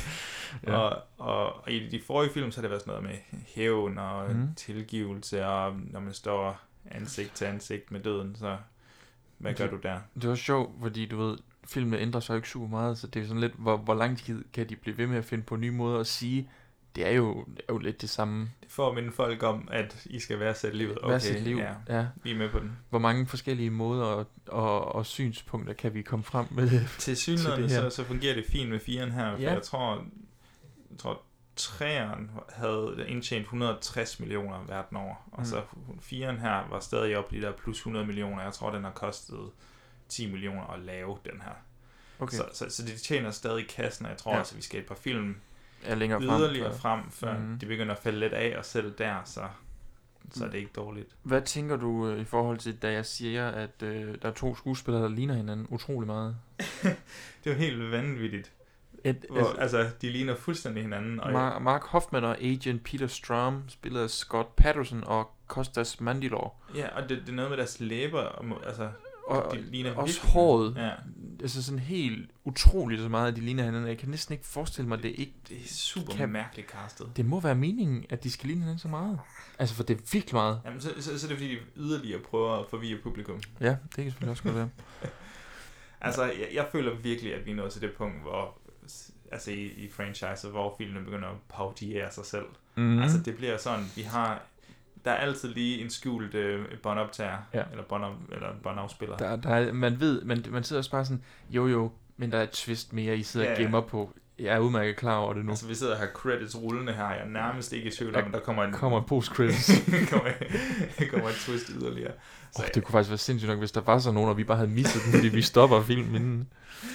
og i de forrige film, så har det været sådan noget med hævn og tilgivelse, og når man står ansigt til ansigt med døden, så hvad gør du der? Det var sjovt, fordi du ved, filmene ændrer sig jo ikke super meget, så det er sådan lidt, hvor lang tid kan de blive ved med at finde på nye måder at sige, det er jo lidt det samme. Det får at minde folk om, at I skal være sæt livet. Okay, være sæt liv, ja. Vi er med på den. Hvor mange forskellige måder og synspunkter kan vi komme frem med til synligheden, så fungerer det fint med 4'eren her, for jeg tror 3'eren havde indtjent 160 millioner verden over, og så 4'eren her var stadig op i der plus 100 millioner. Jeg tror, den har kostet 10 millioner at lave den her. Okay. Så de tjener stadig kassen, og jeg tror også, at vi skal et par film yderligere frem, før de begynder at falde lidt af, og selv der, så er det ikke dårligt. Hvad tænker du i forhold til, da jeg siger, at der er 2 skuespillere, der ligner hinanden utrolig meget? Det er jo helt vanvittigt. Altså, de ligner fuldstændig hinanden. Og Mark Hoffman og Agent Peter Strahm spiller Scott Patterson og Costas Mandylor. Ja, og det er noget med deres læber, altså... Og også håret. Ja. Altså sådan helt utroligt så meget, at de ligner hinanden. Jeg kan næsten ikke forestille mig, at det ikke... Det er super mærkeligt castet. Det må være meningen, at de skal ligne hinanden så meget. Altså, for det er virkelig meget. Jamen, så er det fordi, de yderligere prøver at forvirre publikum. Ja, det kan selvfølgelig også godt være. Altså, jeg føler virkelig, at vi er nået til det punkt, hvor... Altså, i franchiser, hvor filmen begynder at parodiere sig selv. Mm-hmm. Altså, det bliver sådan, vi har... Der er altid lige en skjult båndoptager, eller båndafspiller. Der man ved, man sidder også bare sådan, jo, men der er et twist mere, I sidder og gemmer på. Jeg er udmærket klar over det nu. Altså, vi sidder og har credits rullende her, jeg er nærmest ikke i tvivl om, der kommer en post-credits. kommer et twist yderligere. Det kunne faktisk være sindssygt nok, hvis der var sådan nogen, og vi bare havde misset den, fordi vi stopper filmen inden.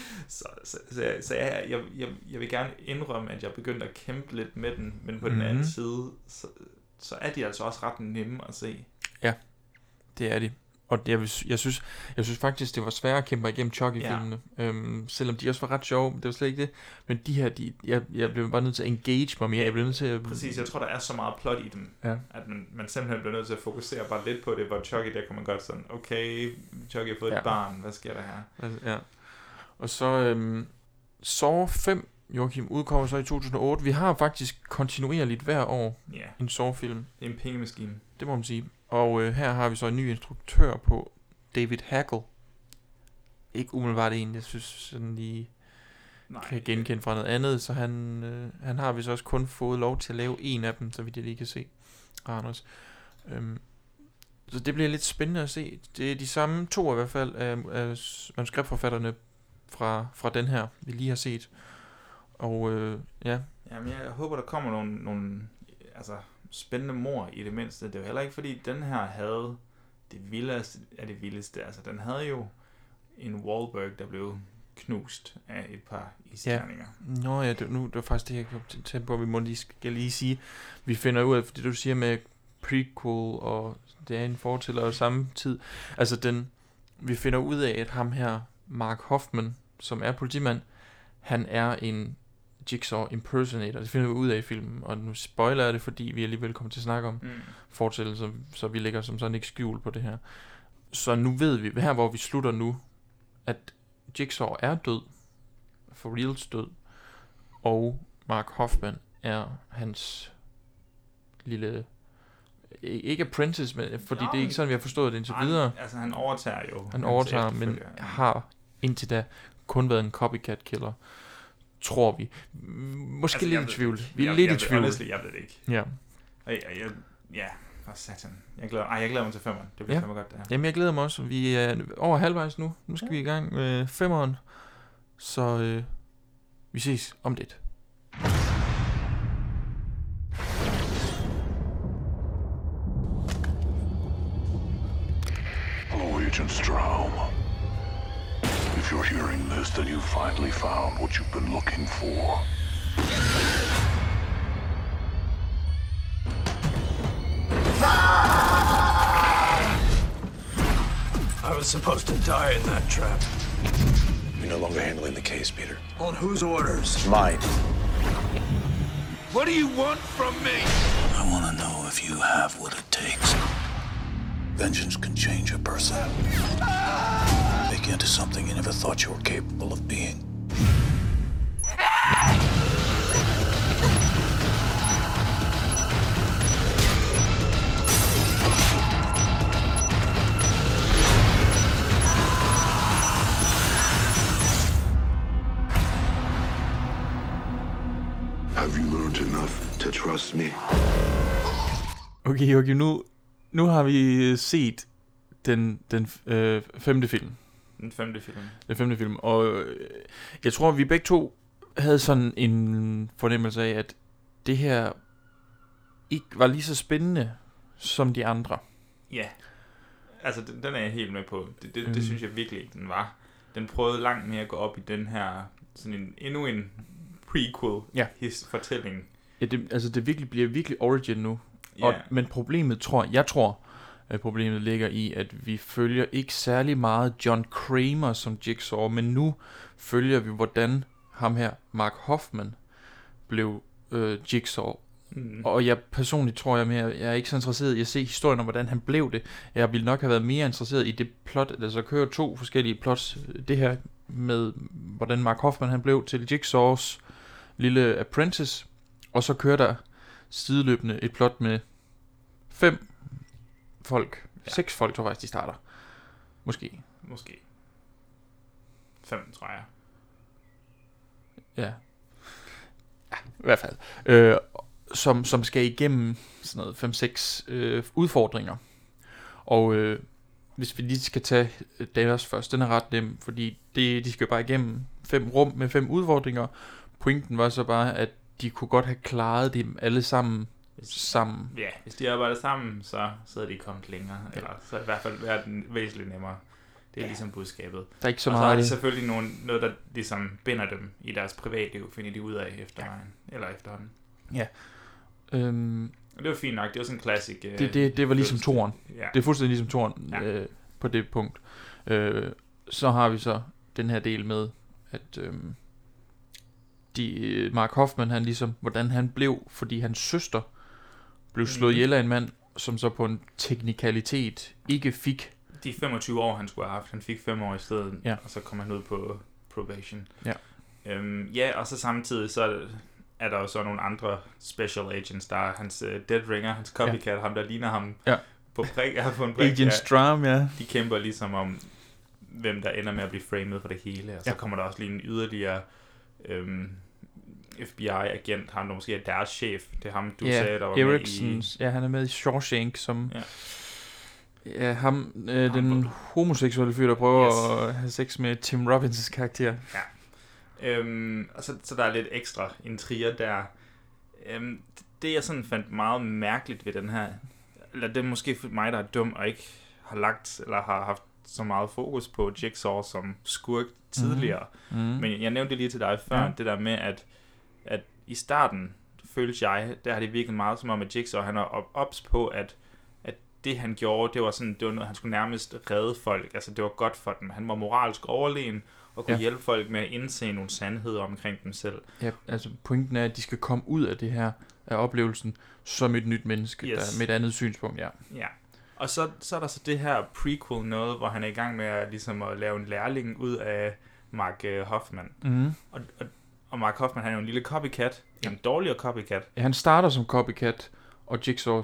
Så jeg vil gerne indrømme, at jeg begyndte at kæmpe lidt med den, men på den anden side, så er de altså også ret nemme at se. Ja, det er de. Og jeg synes faktisk, det var svært at kæmpe igennem Chucky-filmene. Selvom de også var ret sjove, det var slet ikke det. Men de her, jeg blev bare nødt til at engage mig mere. Jeg blev nødt til at... Præcis, jeg tror, der er så meget plot i dem, at man simpelthen bliver nødt til at fokusere bare lidt på det, hvor Chucky, der kan man godt sådan, okay, Chucky har fået et barn, hvad sker der her? Ja. Og så Saw 5, Joachim, udkommer så i 2008. Vi har faktisk kontinuerligt hver år en Saw-film. Det er en pengemaskine. Det må man sige. Og her har vi så en ny instruktør på, David Hagel. Ikke umiddelbart en, jeg synes sådan lige... kan genkende fra noget andet, så han har vist også kun fået lov til at lave en af dem, så vidt jeg lige kan se, Anders. Så det bliver lidt spændende at se. Det er de samme 2 i hvert fald af manuskriptforfatterne fra den her, vi lige har set. Og ja. Jamen, jeg håber, der kommer nogle altså, spændende mord i det mindste. Det er jo heller ikke, fordi den her havde det vildeste af det vildeste. Altså, den havde jo en Wahlberg, der blev knust af et par isterninger. Ja. Nå ja, det var faktisk det, jeg kom til på, vi må lige sige. Vi finder ud af, det du siger med prequel, og det er en fortæller og samme tid. Altså vi finder ud af, at ham her, Mark Hoffman, som er politimand, han er en Jigsaw impersonator. Det finder vi ud af i filmen, og nu spoiler jeg det, fordi vi alligevel kommer til at snakke om fortællelser, så vi lægger som sådan ikke skjul på det her. Så nu ved vi, her hvor vi slutter nu, at Jigsaw er død, for reals død, og Mark Hoffman er hans lille, ikke apprentice, men, fordi det er ikke sådan, vi har forstået det indtil videre. Altså han overtager jo. Han overtager, men har indtil da kun været en copycat killer, tror vi. Måske altså, lidt i tvivl. Vi er lidt i tvivl. Jeg ved det ikke. Ja. Ja, for satan. Jeg glæder mig til 5'eren. Det bliver fandme godt det her. Jamen jeg glæder mig også. Vi er over halvvejs nu. Nu skal vi i gang med 5'eren. Så vi ses om lidt. Hello, Agent Straum. If you're hearing this, then you finally found what you've been looking for. I was supposed to die in that trap. You're no longer handling the case, Peter. On whose orders? Mine. What do you want from me? I want to know if you have what it takes. Vengeance can change a person. Make you into something you never thought you were capable of being. Have you learned enough to trust me? Okay, nu har vi set den 5. film. Den 5. film. Den 5. film, og jeg tror, vi begge to havde sådan en fornemmelse af, at det her ikke var lige så spændende som de andre. Ja, altså den er jeg helt med på. Det synes jeg virkelig ikke, den var. Den prøvede langt mere at gå op i den her, sådan endnu en prequel fortælling. Ja, det virkelig bliver virkelig origin nu. Og, men problemet at problemet ligger i, at vi følger ikke særlig meget John Kramer som Jigsaw, men nu følger vi, hvordan ham her, Mark Hoffman, blev Jigsaw. Og jeg personligt tror jeg er ikke så interesseret i at se historien om, hvordan han blev det. Jeg ville nok have været mere interesseret i det plot, altså kører 2 forskellige plots. Det her med, hvordan Mark Hoffman han blev til Jigsaws lille apprentice, og så kører der sideløbende et plot med 5 folk. 6 folk, tror jeg faktisk, de starter. Måske. 5, tror jeg. Ja, i hvert fald. Som skal igennem sådan noget 5-6 udfordringer. Og hvis vi lige skal tage deres først, den er ret nem, fordi de skal bare igennem 5 rum med 5 udfordringer. Pointen var så bare, at de kunne godt have klaret dem alle sammen. Ja, hvis de arbejder sammen, så havde de kommet længere. Ja. Eller så i hvert fald været væsentligt nemmere. Det er ligesom budskabet. Der er ikke så og meget. Og så er det selvfølgelig noget, der ligesom binder dem i deres privatliv, finder de ud af efterhånden. Ja. Og det var fint nok, det var sådan en classic. Det var ligesom toren. Ja. Det er fuldstændig ligesom toren på det punkt. Så har vi så den her del med, at Mark Hoffman, han ligesom, hvordan han blev, fordi hans søster blev slået ihjel af en mand, som så på en teknikalitet ikke fik de 25 år, han skulle have haft. Han fik 5 år i stedet, og så kom han ud på probation. Ja. Og så samtidig, så er der jo så nogle andre special agents, der er hans Dead Ringer, hans copycat, ham der ligner ham på en prik. Agent Straum, De kæmper ligesom om, hvem der ender med at blive framed for det hele, og så kommer der også lige en yderligere FBI-agent, han måske er deres chef. Det er ham, du sagde, der var Erickson, med i... Ja, han er med i Shawshank, som... Ja, den homoseksuelle fyr, der prøver at have sex med Tim Robbins' karakter. Ja. Og så der er lidt ekstra intriger der. Det jeg sådan fandt meget mærkeligt ved den her, eller det er måske for mig, der er dum og ikke har lagt, eller har haft så meget fokus på Jigsaw som skurk tidligere. Men jeg nævnte det lige til dig før, det der med, at i starten følte jeg, der har det virkelig meget som om, at Jigsaw, han er ops på, at det han gjorde, det var noget, han skulle nærmest redde folk, altså det var godt for dem. Han var moralsk overlegen, og kunne hjælpe folk med at indse nogle sandheder omkring dem selv. Ja, altså pointen er, at de skal komme ud af det her, af oplevelsen, som et nyt menneske, der med et andet synspunkt, Ja. Og så er der så det her prequel noget, hvor han er i gang med at, ligesom at lave en lærling ud af Mark Hoffman. Og Mark Hoffman, han er jo en lille copycat, en dårligere copycat. Ja, han starter som copycat, og Jigsaw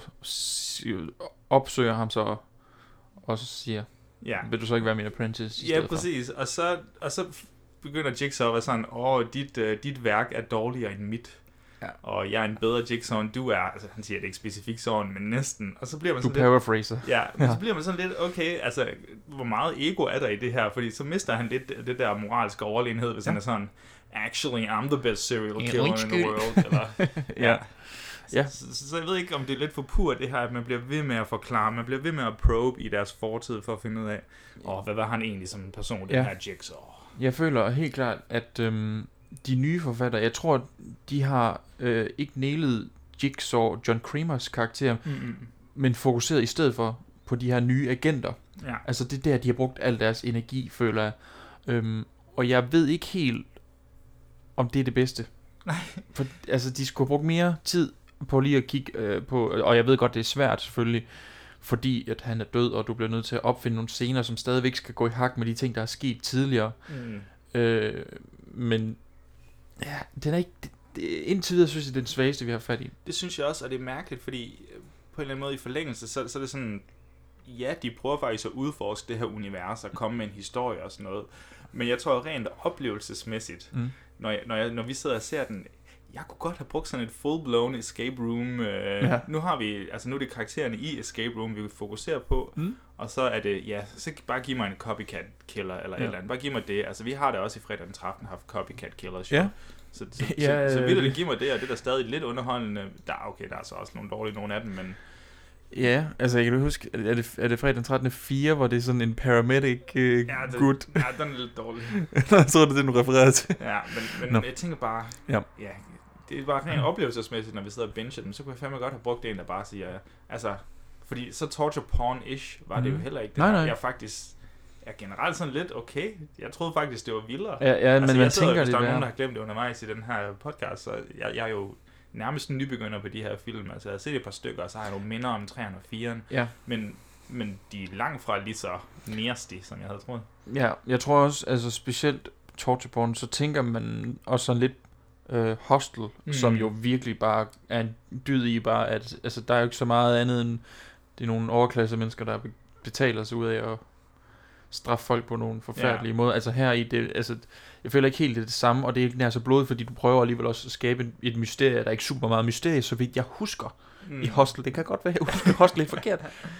opsøger ham så og så siger, vil du så ikke være min apprentice? Ja, præcis. Og så begynder Jigsaw at være sådan, dit værk er dårligere end mit. Ja. Og jeg er en bedre Jigsaw, end du er. Altså, han siger det ikke specifikt sådan, men næsten. Og så bliver man sådan lidt... Du paraphraser. Ja, men så bliver man sådan lidt, okay, altså, hvor meget ego er der i det her? Fordi så mister han lidt det der moralske overlegenhed, hvis han er sådan, actually, I'm the best serial killer in the world. Eller, Så jeg ved ikke, om det er lidt for pur, det her, at man bliver ved med at forklare, man bliver ved med at probe i deres fortid, for at finde ud af, hvad var han egentlig som en person, den her Jigsaw? Jeg føler helt klart, at de nye forfattere, jeg tror, de har ikke nailet Jigsaw, John Kramers karakter, men fokuseret i stedet for på de her nye agenter. Ja. Altså det der, de har brugt al deres energi, føler jeg. Og jeg ved ikke helt, om det er det bedste. Nej. For, altså, de skulle have brugt mere tid på lige at kigge på, og jeg ved godt, det er svært selvfølgelig, fordi at han er død, og du bliver nødt til at opfinde nogle scener, som stadigvæk skal gå i hak med de ting, der er sket tidligere. Men ja, den er ikke, indtil videre synes jeg, det er den svageste, vi har fat i. Det synes jeg også, og det er mærkeligt, fordi på en eller anden måde i forlængelse, så er det sådan, ja, de prøver faktisk at udforske det her univers, og komme med en historie og sådan noget, men jeg tror rent oplevelsesmæssigt, når vi sidder og ser den, jeg kunne godt have brugt sådan et full-blown escape room. Nu er det karaktererne i escape room, vi vil fokusere på, og så er det, så bare giv mig en copycat killer, eller et eller andet. Bare giv mig det. Altså, vi har det også i fredag den 13. haft copycat killers. Ja. Så vil det give mig det, og det er der stadig lidt underholdende. Der er så også nogle dårlige, nogle af dem, men... Ja, altså jeg kan huske, er det fredag den 13. 4, hvor det er sådan en paramedic gut? Ja, den er lidt dårlig. Jeg tror, det er det, du refererer til. Ja, men jeg tænker bare, det er bare rent oplevelsesmæssigt, når vi sidder og binger dem, så kunne jeg fandme godt have brugt en, der bare siger, altså, fordi så torture porn-ish var det jo heller ikke. Nej. Jeg faktisk er generelt sådan lidt okay. Jeg troede faktisk, det var vildere. Ja, altså, men man tænker det. Hvis der er nogen, der har glemt det undervejs i den her podcast, så jeg er jo nærmest en nybegynder på de her film. Altså, jeg har set et par stykker, og så har jeg nogle minder om 3'eren og 4'eren. Ja. Men de er langt fra lige så nærstige, som jeg havde troet. Ja, jeg tror også, altså specielt torture porn, så tænker man også sådan lidt Hostel, som jo virkelig bare er en dyd i bare, at altså, der er jo ikke så meget andet end, det er nogle overklasse mennesker, der betaler sig ud af at straffe folk på nogle forfærdelige måder. Altså her i det, altså jeg føler ikke helt det samme, og det er ikke nær så blodigt, fordi du prøver alligevel også at skabe et mysterie. Der er ikke super meget mysterie, så vidt jeg husker i Hostel. Det kan godt være, jeg husker Hostel lidt forkert,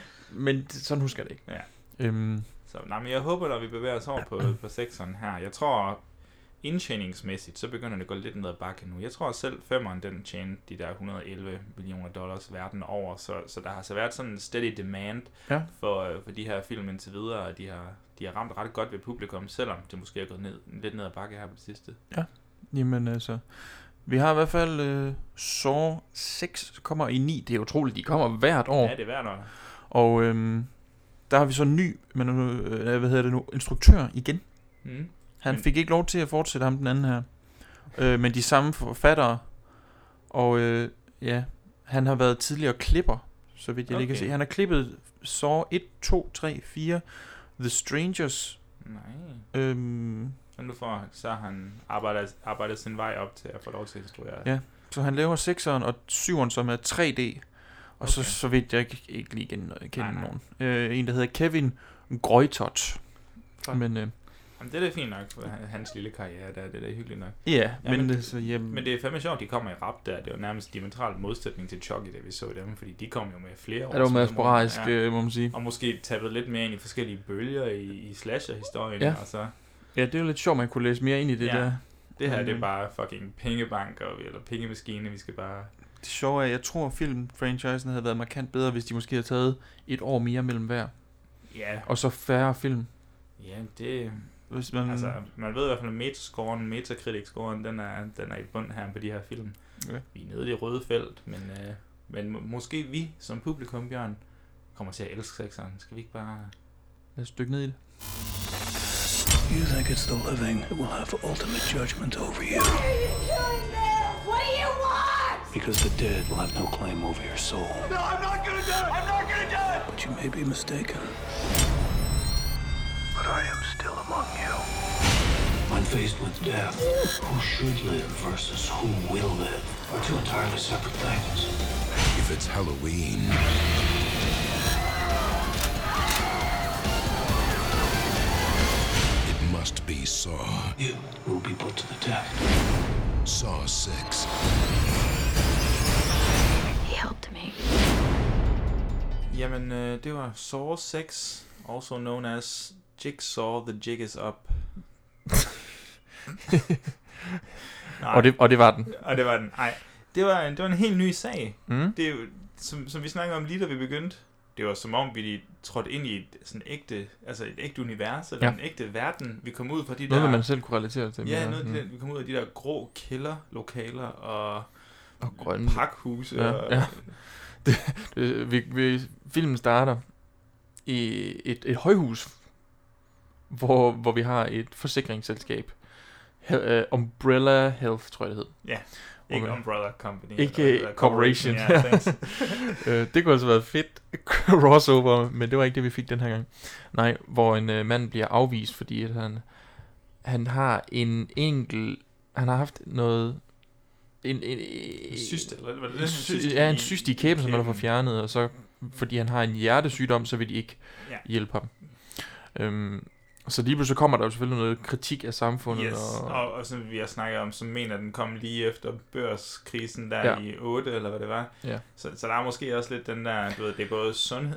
men sådan husker jeg det ikke. Ja. Men jeg håber, når vi bevæger os over på 6'eren her, jeg tror indtjeningsmæssigt, så begynder det at gå lidt ned ad bakke nu. Jeg tror selv 5'eren, den tjente de der $111 million verden over, så der har så været sådan en steady demand for de her film indtil videre, og de har ramt ret godt ved publikum, selvom det måske er gået lidt ned ad bakke her på det sidste. Ja, jamen altså, vi har i hvert fald Saw 6 kommer i 9, det er utroligt, de kommer hvert år. Ja, det er hvert år. Og der har vi så en ny, instruktør igen. Han fik ikke lov til at fortsætte ham den anden her. Men de samme forfattere. Og han har været tidligere klipper, så vidt jeg lige kan se. Han har klippet Saw 1, 2, 3, 4, The Strangers. Nej. Så nu så han arbejdet sin vej op til at få lov til at instruere. Ja, så han laver 6'eren og 7'eren, som er 3D. Og så vidt jeg ikke lige kender nogen. En, der hedder Kevin Greutot. Men Jamen, det er fint nok for hans lille karriere der, det er hyggeligt nok. Ja, men men det er fandme sjovt, de kommer i rap der. Det var nærmest diametralt modsætning til Chucky, da vi så dem, fordi de kom jo med flere år. det var mere sporadisk, må man sige. Og måske tappet lidt mere ind i forskellige bølger i slasher-historien. Ja. Og så, Ja, det er jo lidt sjovt, man kunne læse mere ind i det der. Det her, det er bare fucking pengebank eller pengemaskine, vi skal bare... Det sjove er, at jeg tror, at filmfranchisen havde været markant bedre, hvis de måske havde taget et år mere mellem hver. Ja. Og så færre film. Ja, det... Hvis man... Altså, man ved i hvert fald, at Metacritic-scoren, den er i bund her på de her film. Okay. Vi er nede i det røde felt, men måske vi som publikum, Bjørn, kommer til at elske sekseren. Skal vi ikke bare... Lad os dykke ned i det. You think it's the living that will have ultimate judgment over you. Why are you doing this? What do you want? Because the dead will have no claim over your soul. No, I'm not gonna do it! I'm not gonna do it! But you may be mistaken. But I am still among you. When faced with death, who should live versus who will live are two entirely separate things. If it's Halloween, it must be Saw. You will be put to the test. Saw 6. He helped me. Jamen, det var Saw 6, also known as Jigsaw, The Jig is Up. Og det var den. Og det var den. Nej, det var en helt ny sag. Mm. Det er jo, som vi snakkede om lige da vi begyndte, det var som om vi trådte ind i et ægte univers, eller en ægte verden. Vi kom ud fra de noget, man selv kunne relatere til. Ja, vi kom ud af de der grå kælderlokaler og grønne pakhuse. Ja. Filmen starter i et højhus, hvor vi har et forsikringsselskab. Umbrella Health, tror jeg det hed. Ja, ikke Umbrella Company. Ikke Corporation. Ja, det kunne altså være fedt crossover, men det var ikke det, vi fik den her gang. Nej, hvor en mand bliver afvist, fordi at han har han har haft noget... En cyste, eller hvad det? En cyste i kæben, som han har fået fjernet, og så, fordi han har en hjertesygdom, så vil de ikke hjælpe ham. Så lige pludselig kommer der jo selvfølgelig noget kritik af samfundet. Yes, og som vi har snakket om, som mener, den kom lige efter børskrisen der i 8, eller hvad det var. Ja. Så der er måske også lidt den der, du ved, det er både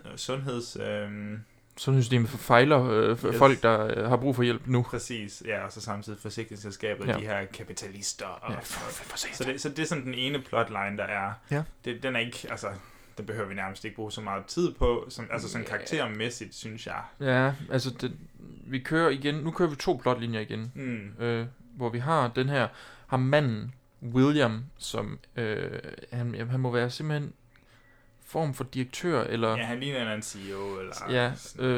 sundhedssystemet fejler folk, der har brug for hjælp nu. Præcis, ja, og så samtidig forsikringsselskabet, de her kapitalister. Og så det er sådan den ene plotline, der er. Ja. Den er ikke, altså... Den behøver vi nærmest ikke bruge så meget tid på, sådan karaktermæssigt, synes jeg. Ja, altså vi kører igen, nu kører vi 2 plotlinjer igen, hvor vi har den her, manden, William, som, han må være simpelthen form for direktør, eller... Ja, han ligner en CEO, eller... Ja,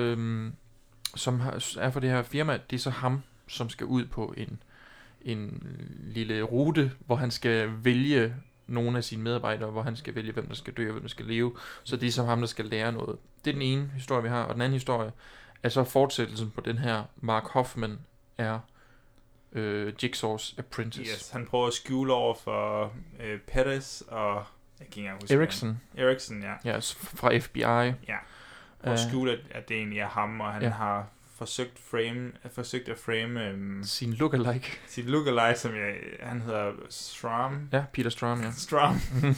som er for det her firma, det er så ham, som skal ud på en lille rute, hvor han skal vælge nogle af sine medarbejdere, hvor han skal vælge, hvem der skal dø og hvem der skal leve. Så det er som ham, der skal lære noget. Det er den ene historie, vi har. Og den anden historie er så fortsættelsen på den her. Mark Hoffman er Jigsaws apprentice. Yes, han prøver at skjule over for Perez og... Jeg kan ikke engang huske Erickson, ja. Ja, fra FBI. Ja, prøver at skjule, at det egentlig er ham, og han har forsøgt at frame sin lookalike. Sin lookalike, som han hedder Strahm. Ja, Peter Strahm, ja. Strahm.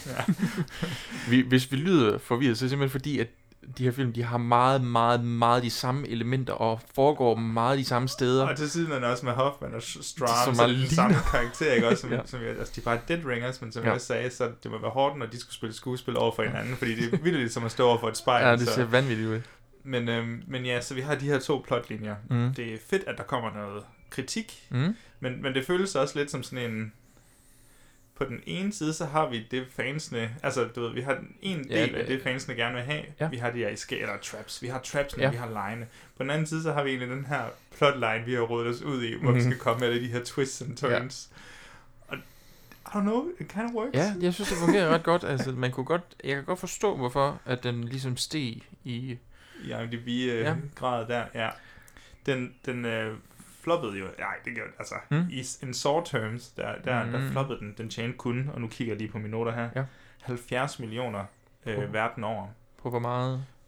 Hvis vi lyder forvirret, så er det simpelthen fordi, at de her film, de har meget, meget, meget de samme elementer, og foregår meget de samme steder. Og til siden er også med Hoffman og Strahm, så den samme karakter, ikke også? Som altså, de er bare dead ringers, men som jeg sagde, så det må være hårdt, når de skulle spille skuespil over for hinanden, fordi det er vildt som at stå over for et spejl. Ja, det ser vanvittigt ud. Men ja, så vi har de her 2 plotlinjer. Det er fedt, at der kommer noget kritik, men det føles også lidt som sådan en... På den ene side, så har vi det fansene... Altså, du ved, vi har en del af det, fansene gerne vil have. Ja. Vi har de her traps. Vi har trapsene, vi har lejene. På den anden side, så har vi egentlig den her plotline, vi har rodet os ud i, hvor vi skal komme med alle de her twists and turns. Og I don't know, it kind of works. Ja, jeg synes, det fungerer ret godt. Altså, jeg kan godt forstå, hvorfor at den ligesom steg i... I IMDb-grad der, ja. Den floppede jo, nej, det gjorde altså, in Saw terms, der floppede den tjente kun, og nu kigger jeg lige på mine noter her, 70 millioner verden over. På hvor meget?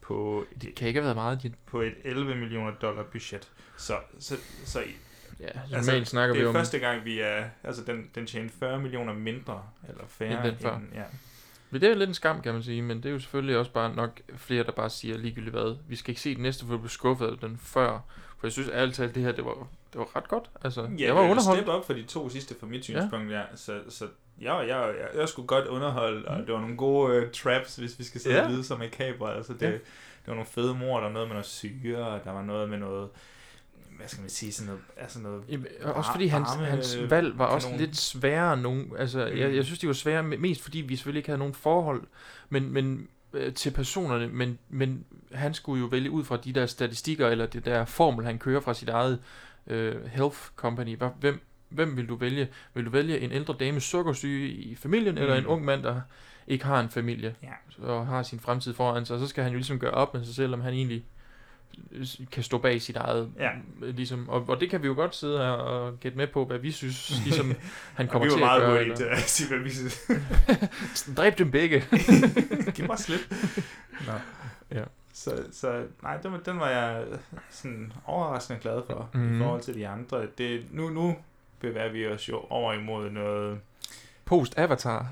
på Det kan ikke have været meget. på et $11 millioner budget. Så Ja, altså, normalt snakker det vi er om... første gang, vi er... Altså, den tjente 40 millioner mindre, eller færre. End den før. Ja. Men det er jo lidt en skam, kan man sige, men det er jo selvfølgelig også bare nok flere, der bare siger ligegyldigt hvad. Vi skal ikke se den næste, for at blive skuffet af den før. For jeg synes ærligt talt, det her, det var ret godt. Altså, jeg var underholdt. Step op for de 2 sidste fra mit synspunkt, ja. Så jeg skulle godt underholde, og det var nogle gode traps, hvis vi skal sidde og lyde som makaber. Altså, det var nogle fede mord, der var noget med noget syre, og der var noget med noget... Hvad skal man sige, sådan noget... Altså noget også fordi hans valg var også lidt sværere end nogen... Altså, jeg synes, de var svære, mest fordi vi selvfølgelig ikke havde nogen forhold men til personerne, men han skulle jo vælge ud fra de der statistikker, eller det der formel, han kører fra sit eget health company. Hvem vil du vælge? Vil du vælge en ældre dame sukkersyge i familien, eller en ung mand, der ikke har en familie, og har sin fremtid foran sig? Så skal han jo ligesom gøre op med sig selv, om han egentlig kan stå bag sit eget, ligesom, og det kan vi jo godt sidde her og gætte med på, hvad vi synes, ligesom han kommer til at gøre. Vi var meget hurtigt at sige, hvad vi synes. Dræb dem begge. Giv mig slip. Ja. Så nej, den var jeg sådan overraskende glad for, i forhold til de andre. Nu bevæger vi os jo over imod noget... Post-Avatar.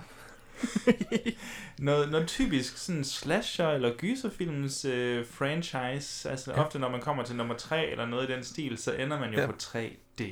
noget typisk sådan slasher eller gyserfilms franchise. Altså ofte når man kommer til nummer 3 eller noget i den stil, så ender man jo på 3D.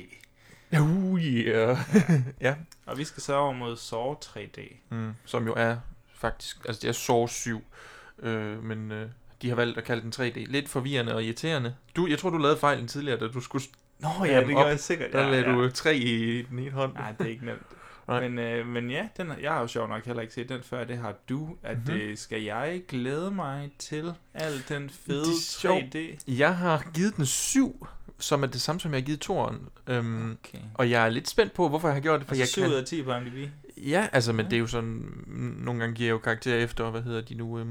Ja. Og vi skal så over mod Saw 3D. Som jo er faktisk, altså det er Saw 7, men de har valgt at kalde den 3D. Lidt forvirrende og irriterende. Jeg tror du lavede fejlen tidligere, da du skulle... Nå ja, det gør jeg sikkert. Der lavede du 3 i den ene hånd. Nej, det er ikke nemt. Men ja, jeg har jo sjovt nok heller ikke set den før. Det har du. Skal jeg glæde mig til al den fede 3D? Jeg har givet den 7, som er det samme som jeg har givet 2'eren. Og jeg er lidt spændt på, hvorfor jeg har gjort det. For altså jeg 7 ud af 10 på IMDb? Ja, altså, men det er jo sådan... Nogle gange giver jeg jo karakterer efter, hvad hedder de nu...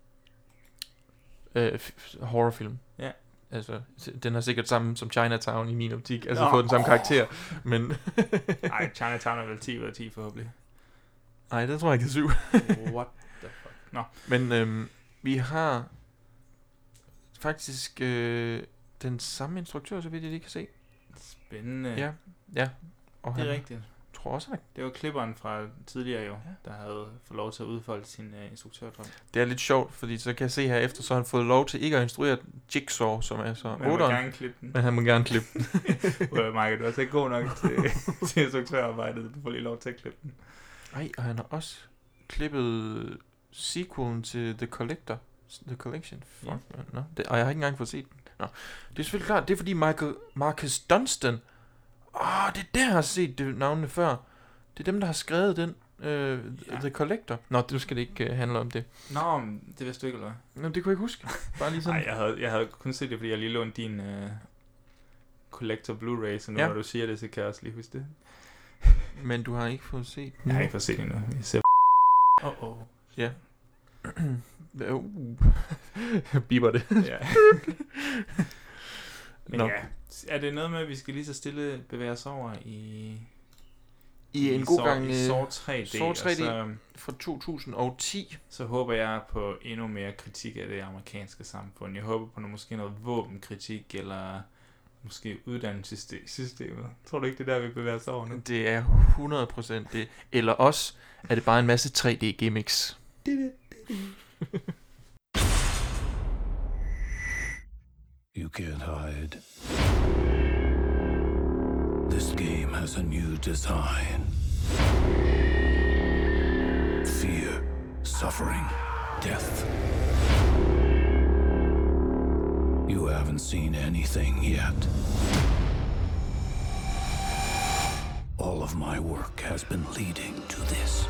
horrorfilm. Ja. Altså, den har sikkert samme som Chinatown i min optik. Altså fået den samme karakter. Men... Nej, Chinatown er vel 10 ud af 10 forhåbentlig. Nej, det tror jeg ikke er 7. What the fuck? Nå. Men vi har faktisk den samme instruktør, så vidt jeg lige kan se. Spændende. Ja. Og det er rigtigt. Jeg tror også, det var klipperen fra tidligere jo, der havde fået lov til at udfolde sin instruktørdrøm. Det er lidt sjovt, fordi så kan jeg se her efter, så har han fået lov til ikke at instruere Jigsaw, som er så 8'eren. Men han må gerne klippe den. Men han må gerne klippe den. Michael, du er altså ikke god nok til instruktørarbejdet, du får lige lov til at klippe den. Nej, og han har også klippet sequelen til The Collection. Fuck, man. Og jeg har ikke engang fået set den. Nå. Det er selvfølgelig klart, det er fordi Marcus Dunstan, det er der, jeg har set navnene før. Det er dem, der har skrevet den, The Collector. Nå, det skal det ikke handle om det. Nå, det vidste du ikke, eller hvad? Nå, det kunne jeg ikke huske. Bare lige sådan. Nej, jeg havde kun set det, fordi jeg lige lånte din Collector Blu-ray, så nu når du siger det, så kan jeg også lige huske det. Men du har ikke fået set den? Jeg har ikke fået set den endnu. Jeg ser Ja. Jeg biber det. Ja. Men ja, er det noget med, at vi skal lige så stille bevæge os over i en god gang Saw 3D, Saw 3D fra 2010. Så håber jeg på endnu mere kritik af det amerikanske samfund. Jeg håber på måske noget våbenkritik, eller måske uddannelsessystemet. Tror du ikke, det der, vi bevæger os over nu? Det er 100% det. Eller også er det bare en masse 3D-gimmicks. You can't hide. This game has a new design. Fear, suffering, death. You haven't seen anything yet. All of my work has been leading to this.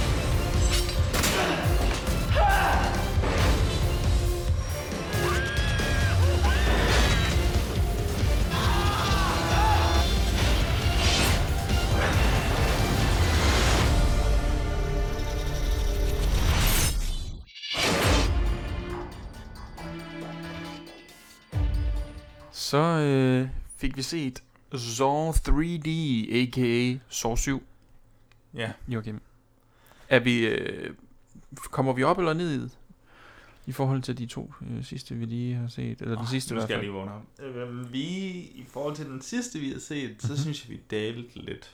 Så fik vi set Saw 3D, a.k.a. Saw 7. Ja. Joachim. Kommer vi op eller ned i det? I forhold til de 2 sidste, vi lige har set. Eller den sidste i nu hvert skal jeg fald. lige vågne op. Vi, i forhold til den sidste, vi har set, så synes jeg, vi dalede lidt.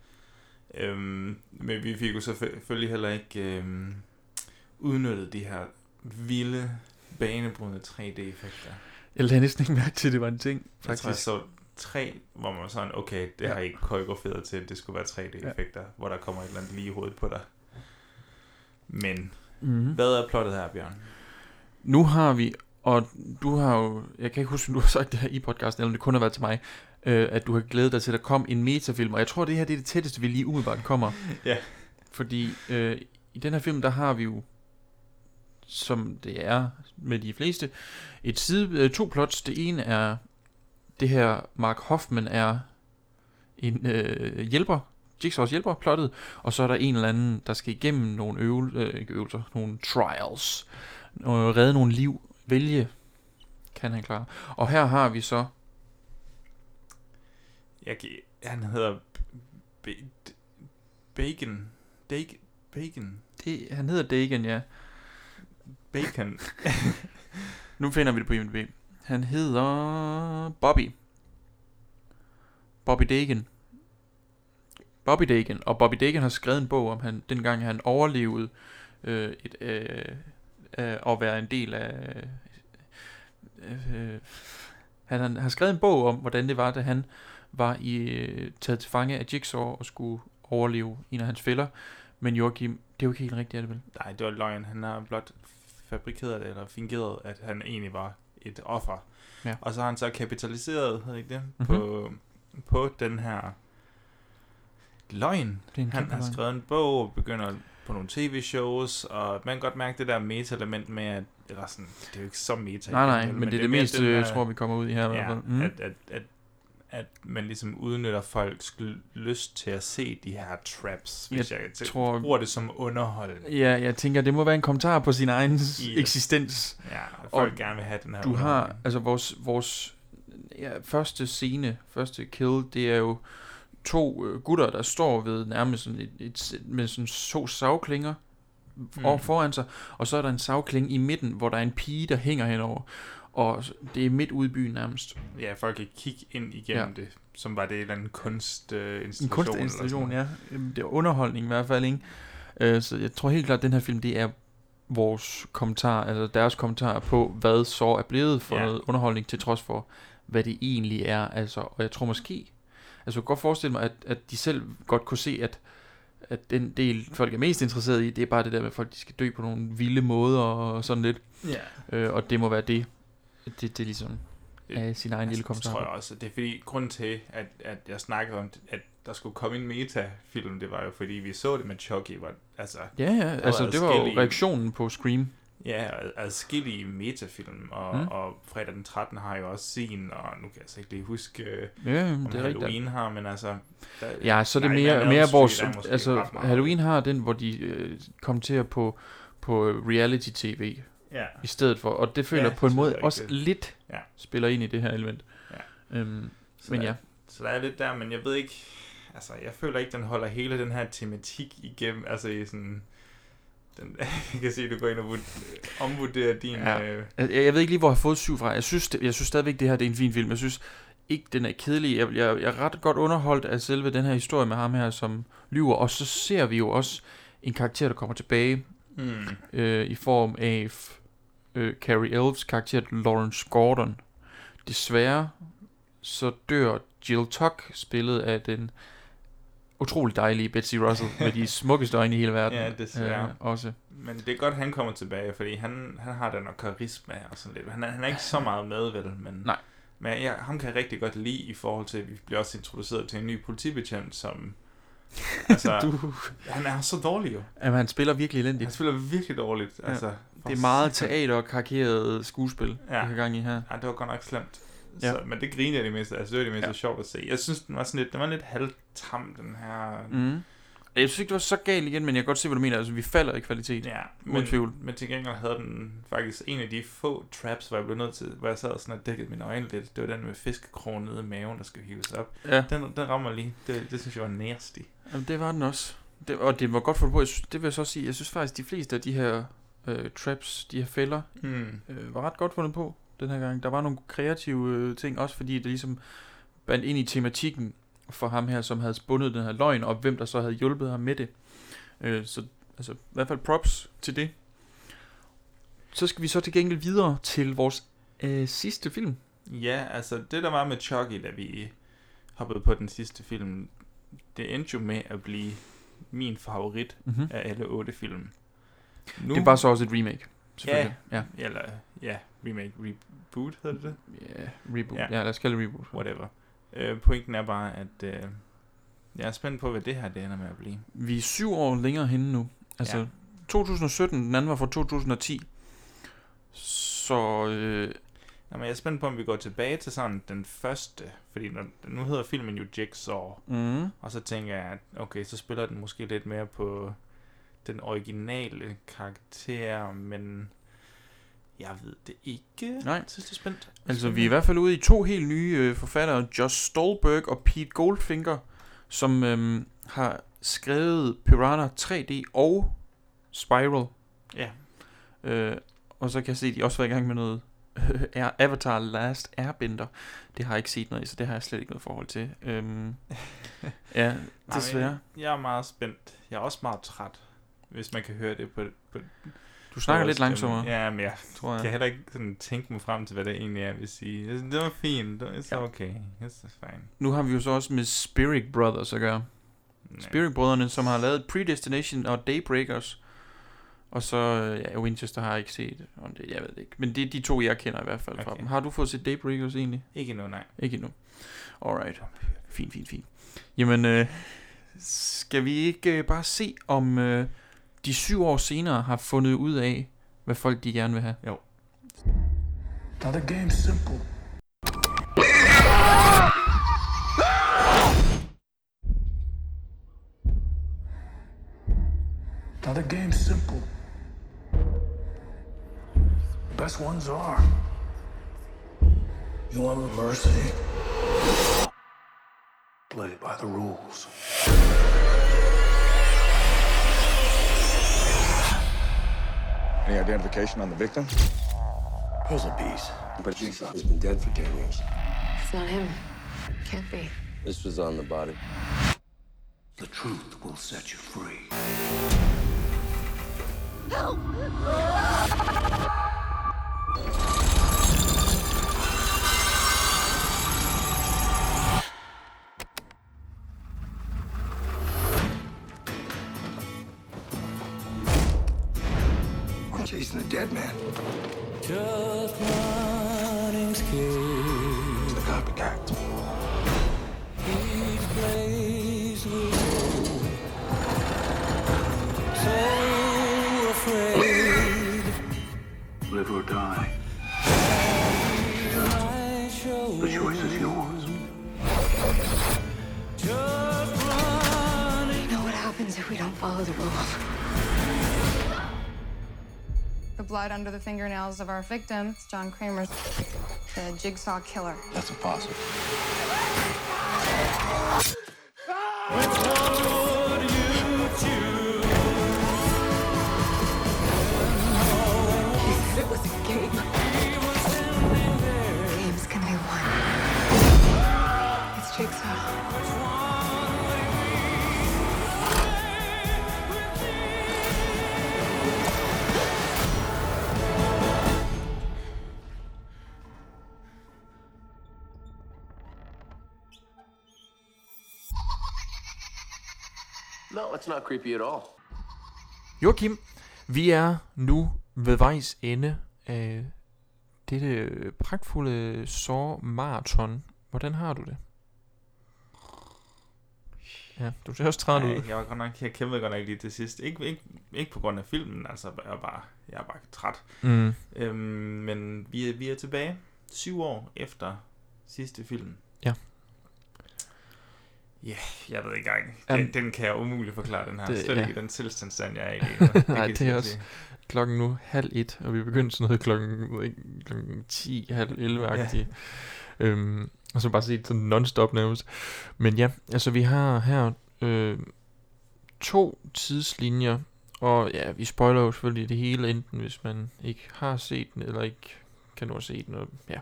Men vi fik jo selvfølgelig heller ikke udnyttet de her vilde, banebrydende 3D-effekter. Jeg lagde næsten ikke mærke til, at det var en ting, faktisk. Jeg tror, jeg så 3, hvor man var sådan, okay, det har ikke koreograferet til, at det skulle være 3D-effekter, hvor der kommer et eller andet lige i hovedet på dig. Men, hvad er plottet her, Bjørn? Nu har vi, og du har jo, jeg kan ikke huske, om du har sagt det her i podcasten, eller om det kun har været til mig, at du har glædet dig til, at der kom en metafilm, og jeg tror, det her det er det tætteste, vi lige umiddelbart kommer. Ja. Fordi i den her film, der har vi jo, som det er med de fleste, to plots. Det ene er, det her Mark Hoffman er en hjælper, Jigsaws hjælper plottet, og så er der en eller anden, der skal igennem nogle øvelser, nogle trials, redde nogle liv, vælge, kan han klare. Og her har vi så... Han hedder Bacon. Han hedder Dagen, ja. Bacon. Nu finder vi det på IMDb. Han hedder Bobby Dagen. Og Bobby Dagen har skrevet en bog om dengang han overlevede at være en del af... Han har skrevet en bog om, hvordan det var, da han var taget til fange af Jigsaw og skulle overleve en af hans fælder. Men Joachim, det er jo ikke helt rigtigt, er det vel? Nej, det var løgn. Han har blot fabrikeret det, eller fingeret, at han egentlig var et offer. Ja. Og så har han så kapitaliseret, hedder ikke det, på den her løgn. Han har skrevet en bog og begynder på nogle tv-shows, og man kan godt mærke det der meta-element med, at eller sådan, det er jo ikke så meta. Nej, men det er det meste, jeg tror, vi kommer ud i her. Ja, at man ligesom udnytter folks lyst til at se de her traps, hvis jeg bruger det som underholdning. Ja, jeg tænker, det må være en kommentar på sin egen eksistens. Ja, folk og gerne vil have den her. Du har, altså vores første scene, første kill, det er jo 2 gutter, der står ved nærmest sådan med sådan 2 savklinger foran sig, og så er der en savkling i midten, hvor der er en pige, der hænger henover. Og det er midt ude i byen nærmest. Ja, folk kan kigge ind igennem det, som var det en eller anden kunstinstallation. En kunstinstallation, ja. Det er underholdning i hvert fald, ikke? Så jeg tror helt klart, at den her film, det er vores kommentar, altså deres kommentar på, hvad så er blevet for noget underholdning, til trods for, hvad det egentlig er. Altså, og jeg tror måske, altså jeg kan godt forestille mig, at de selv godt kunne se, at den del, folk er mest interesseret i, det er bare det der med, at folk de skal dø på nogle vilde måder og sådan lidt. Ja. Og det må være det. Det er ligesom sin egen lille kommentar. Det tror jeg også. Det er fordi, grunden til, at jeg snakkede om, at der skulle komme en metafilm, det var jo fordi, vi så det med Chucky. Altså, altså det var jo reaktionen på Scream. Ja, adskillige metafilm, og fredag den 13. har jo også sin, og nu kan jeg altså ikke lige huske, om det Halloween har, men altså... så er det mere vores... Altså, Halloween har den, hvor de kommenterer på reality-tv. Ja. I stedet for, og det føler jeg på en måde også lidt spiller ind i det her element. Ja. Men ja. Så der er lidt der, men jeg ved ikke, altså jeg føler ikke, den holder hele den her tematik igennem, altså i sådan, jeg kan se, du går ind og omvurderer din... Jeg ved ikke lige, hvor jeg har fået 7 fra. Jeg synes stadigvæk, det her det er en fin film. Jeg synes ikke, den er kedelig. Jeg er ret godt underholdt af selve den her historie med ham her, som lyver, og så ser vi jo også en karakter, der kommer tilbage, i form af Carrie Elves karakter Lawrence Gordon. Desværre så dør Jill Tuck, spillet af den utrolig dejlige Betsy Russell med de smukkeste øjne i hele verden. Ja, desværre. Også. Men det er godt, han kommer tilbage, fordi han har da nok karisma og sådan lidt. Han er ikke så meget med, vel, men... Nej. Men ham kan jeg rigtig godt lide i forhold til, at vi bliver også introduceret til en ny politibetjent, som... Altså, han er så dårlig jo. Jamen, han spiller virkelig elendigt. Han spiller virkelig dårligt. Ja. Altså, det er meget teater og karikeret skuespil, vi har gang i her. Ja, det var godt nok slemt. Ja. Så, men det griner det meste. Altså, det var det meste sjovt at se. Jeg synes, den var lidt halvtam, den her... Jeg synes ikke, det var så galt igen, men jeg kan godt se, hvad du mener. Altså, vi falder i kvalitet. Ja, men til gengæld havde den faktisk en af de få traps, hvor jeg blev nødt til, hvor jeg sad og sådan og dækkede mine øjne lidt. Det var den med fiskekrogen nede i maven, der skal hives op. Ja. Den rammer lige. Det synes jeg var nasty. Jamen, det var den også. Og det var godt for det på. Det vil jeg så sige. Jeg synes faktisk, de fleste af de her traps, de her fælder, var ret godt fundet på den her gang. Der var nogle kreative ting, også fordi det ligesom bandt ind i tematikken for ham her, som havde spundet den her løgn, og hvem der så havde hjulpet ham med det. Så altså, i hvert fald props til det. Så skal vi så til gengæld videre til vores sidste film. Ja, altså det der var med Chucky, da vi hoppede på den sidste film, det endte jo med at blive min favorit af alle 8 film. Nu, det var så også et remake, selvfølgelig. Remake, reboot hedder det? Ja, reboot. Ja, lad os kalde det reboot. Whatever. Pointen er bare, at jeg er spændt på, hvad det her det ender med at blive. Vi er 7 år længere henne nu. Altså 2017, den anden var fra 2010. Så... Jamen, jeg er spændt på, om vi går tilbage til sådan den første, fordi nu hedder filmen jo Jigsaw, og så tænker jeg, at okay, så spiller den måske lidt mere på den originale karakter, men jeg ved det ikke. Nej. Jeg synes, det er spændt. Altså, vi er i hvert fald ude i 2 helt nye forfattere, Josh Stolberg og Pete Goldfinger, som har skrevet Piranha 3D og Spiral. Ja. Og så kan jeg se, at de også var i gang med noget Avatar Last Airbender. Det har jeg ikke set noget i, så det har jeg slet ikke noget forhold til. Ja, desværre. Jeg er meget spændt. Jeg er også meget træt, hvis man kan høre det på du snakker lidt langsommere. Ja, men jeg kan heller ikke sådan tænke mig frem til, hvad det egentlig er, jeg vil sige. Det var fint. Det er okay. It's fine. Nu har vi jo så også med Spirit Brothers at gøre. Spirit-brødrene, som har lavet Predestination og Daybreakers. Og så, Winchester har jeg ikke set om det, jeg ved det ikke. Men det er de 2, jeg kender i hvert fald fra dem. Har du fået set Daybreakers egentlig? Ikke endnu, nej. Ikke endnu. Alright. Fint. Jamen, skal vi ikke bare se, om de 7 år senere har fundet ud af, hvad folk de gerne vil have? Jo. Now the game's simple. Now the game's simple. The best ones are. You want mercy? Play by the rules. Any identification on the victim? Puzzle piece. But Jigsaw has been dead for 10 years. It's not him. Can't be. This was on the body. The truth will set you free. Help! I'm chasing a dead man. Just running scared. It's the copycat. Each place we go. So afraid. Live or die. The choice is yours. Just running. You know what happens if we don't follow the rules? The blood under the fingernails of our victim, it's John Kramer, the Jigsaw killer. That's impossible. Which one would you choose? He said it was a game. Games can be won. It's Jigsaw. No, it's not creepy at all. Joachim, vi er nu ved vejs ende af dette pragtfulde Saw-marathon. Hvordan har du det? Ja, du ser også træt ud. Jeg kæmpede godt nok lige til sidst. Ikke på grund af filmen, altså jeg er bare træt. Men vi er tilbage 7 år efter sidste film. Ja. Ja, jeg ved ikke engang. Den kan jeg umuligt forklare, den her. Slet ikke den tilstandsstand, jeg er i lige. Nej, det er også klokken nu 12:30, og vi begyndte sådan noget klokken 10, 10:30-11-agtigt. Og så bare set sådan non-stop nærmest. Men ja, altså vi har her 2 tidslinjer, Og ja, vi spoiler jo selvfølgelig det hele, enten hvis man ikke har set den, eller ikke kan nå at se den. Og, ja.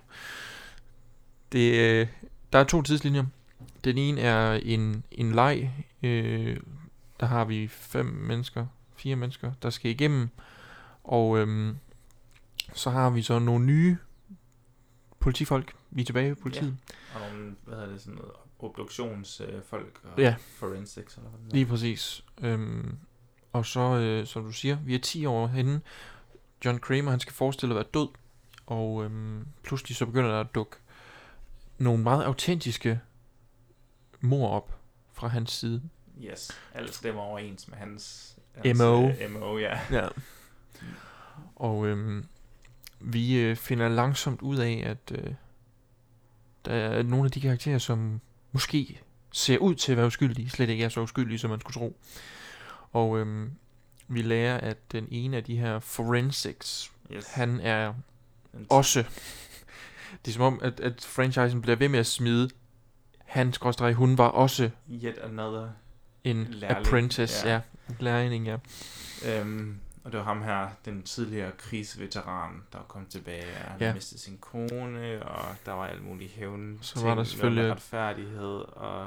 Der er 2 tidslinjer. Den ene er en leg. Der har vi 4 mennesker, der skal igennem. Og så har vi så nogle nye politifolk. Vi er tilbage i politiet. Ja. Og nogle, hvad hedder det, sådan noget obduktionsfolk og forensics. Eller hvad lige præcis. Og så, som du siger, vi er 10 år henne. John Kramer, han skal forestille at være død. Og pludselig så begynder der at dukke nogle meget autentiske mord op fra hans side. Yes, alt stemmer overens med hans MO, ja. Og vi finder langsomt ud af, at der er nogle af de karakterer, som måske ser ud til at være uskyldige, slet ikke er så uskyldige, som man skulle tro. Og vi lærer, at den ene af de her forensics, han er også... Det er som om, at franchisen bliver ved med at smide hun var også yet another en lærling. apprentice, ja. Lærling, ja. Og det var ham her, den tidligere krigsveteran, der kom tilbage, og han mistede sin kone, og der var alt muligt hævn. Så var der selvfølgelig retfærdighed, og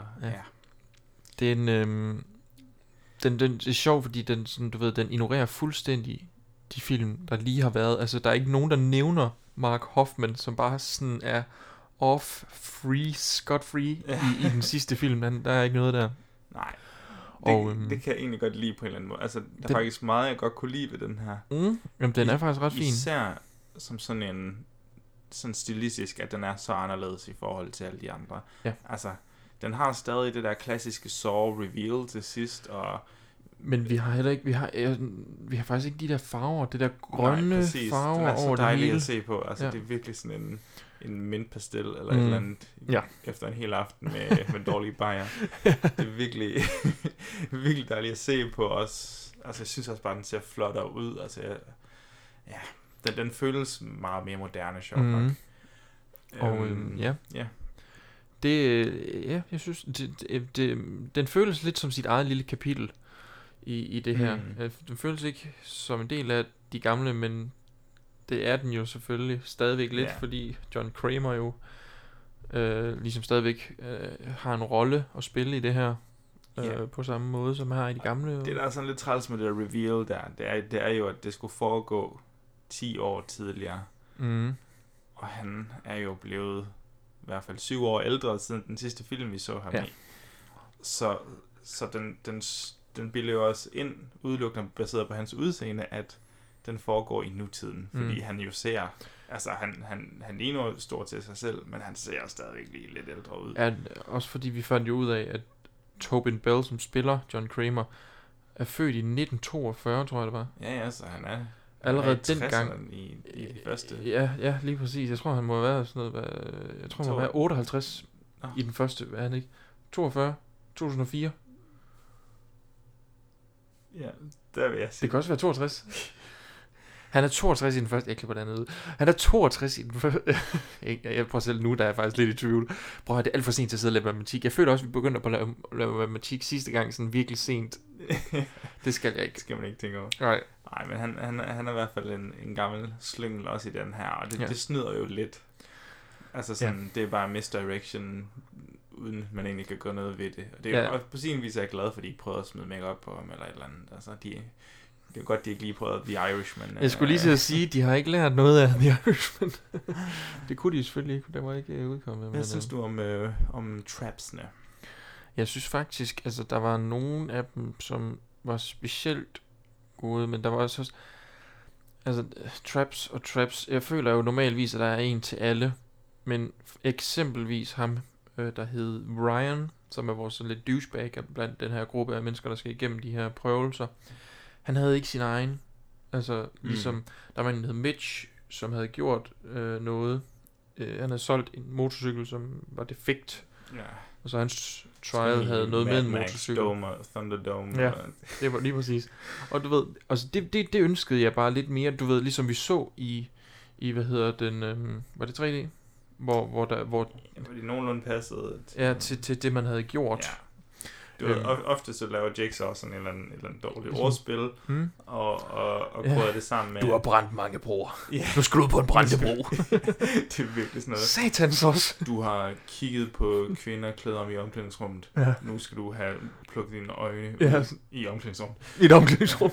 det er sjovt, fordi den, sådan, du ved, den ignorerer fuldstændig de film, der lige har været. Altså, der er ikke nogen, der nævner Mark Hoffman, som bare sådan er scot-free i den sidste film. Der er ikke noget der. Nej. Det kan jeg egentlig godt lide på en eller anden måde. Altså, der er faktisk meget, jeg godt kunne lide ved den her. Jamen, den er faktisk ret fin. Især som sådan stilistisk, at den er så anderledes i forhold til alle de andre. Ja. Altså, den har stadig det der klassiske Saw reveal til sidst, og... Men vi har heller ikke, vi har faktisk ikke de der farver, det der grønne farver over det hele. Den er så dejlig at se på. Altså, det er virkelig sådan en mintpastel eller et eller andet efter en hel aften med dårlige bajer. Det er virkelig virkelig dejligt at se på os. Altså, jeg synes også bare, den ser flottere ud. Altså, den føles meget mere moderne, sjovt nok. Og jeg synes, den føles lidt som sit eget lille kapitel i det her. Den føles ikke som en del af de gamle, men det er den jo selvfølgelig stadigvæk lidt, fordi John Kramer jo ligesom stadigvæk har en rolle at spille i det her på samme måde, som han har i de gamle. Det der er sådan lidt træls med det der reveal der, det er jo, at det skulle foregå 10 år tidligere. Og han er jo blevet i hvert fald 7 år ældre siden den sidste film, vi så ham i. Så den bilder jo også ind, udelukkende baseret på hans udseende, at den foregår i nutiden, fordi han jo ser, altså han ligner stort til sig selv, men han ser stadigvæk lige lidt ældre ud. Ja, også fordi vi fandt jo ud af, at Tobin Bell, som spiller John Kramer, er født i 1942, tror jeg det var. Ja, så han er allerede dengang i de første. Ja, lige præcis. Jeg tror han må være sådan noget, jeg tror han må være 58 i den første, er han ikke? 42, 2004. Ja, der vil jeg sige. Det kan også være 62. Han er 62 i den første. Jeg klipper det andet ud. Han er 62 i den første. Jeg prøver selv nu, der er jeg faktisk lidt i tvivl. Prøv at det er alt for sent til at sidde og lave matematik. Jeg føler også, at vi begyndte at lave matematik sidste gang, sådan virkelig sent. Det skal jeg ikke. Det skal man ikke tænke over. Nej, men han er i hvert fald en gammel slyngel også i den her, og det snyder jo lidt. Altså sådan, det er bare misdirection, uden man egentlig kan gøre noget ved det. Og det er jo også på sin vis, er jeg glad for, at de ikke prøvede at smide make-up på ham, eller et eller andet. Altså, det er godt, de ikke lige prøvede The Irishman. Jeg skulle lige til at sige, at de har ikke lært noget af The Irishman. Det kunne de selvfølgelig ikke, for der var ikke udkommet. Hvad synes du om trapsene? Jeg synes faktisk, altså der var nogle af dem, som var specielt gode, men der var også, altså traps, jeg føler jo normalvis, at der er en til alle, men eksempelvis ham, der hed Ryan, som er vores sådan lidt douchebag blandt den her gruppe af mennesker, der skal igennem de her prøvelser. Han havde ikke sin egen. Altså, ligesom, der var en, der hed Mitch, som havde gjort noget. Han havde solgt en motorcykel, som var defekt. Ja. Og så hans trial havde noget med en motorcykel. Dome og Thunderdome. Ja, det var lige præcis. Og du ved, altså det ønskede jeg bare lidt mere. Du ved, ligesom vi så i hvad hedder den, var det 3D? Hvor de nogenlunde passede til det, man havde gjort. Ofte så laver Jigsaw sådan en eller anden dårlig ordspil, og krydder det sammen med... Du har brændt mange broer. Ja. Nu skal du ud på en brændte bro. Det er virkelig sådan noget. Satans også. Du har kigget på kvinder klædt om i omklædningsrummet. Ja. Nu skal du have plukket dine øjne i omklædningsrummet. I et omklædningsrum,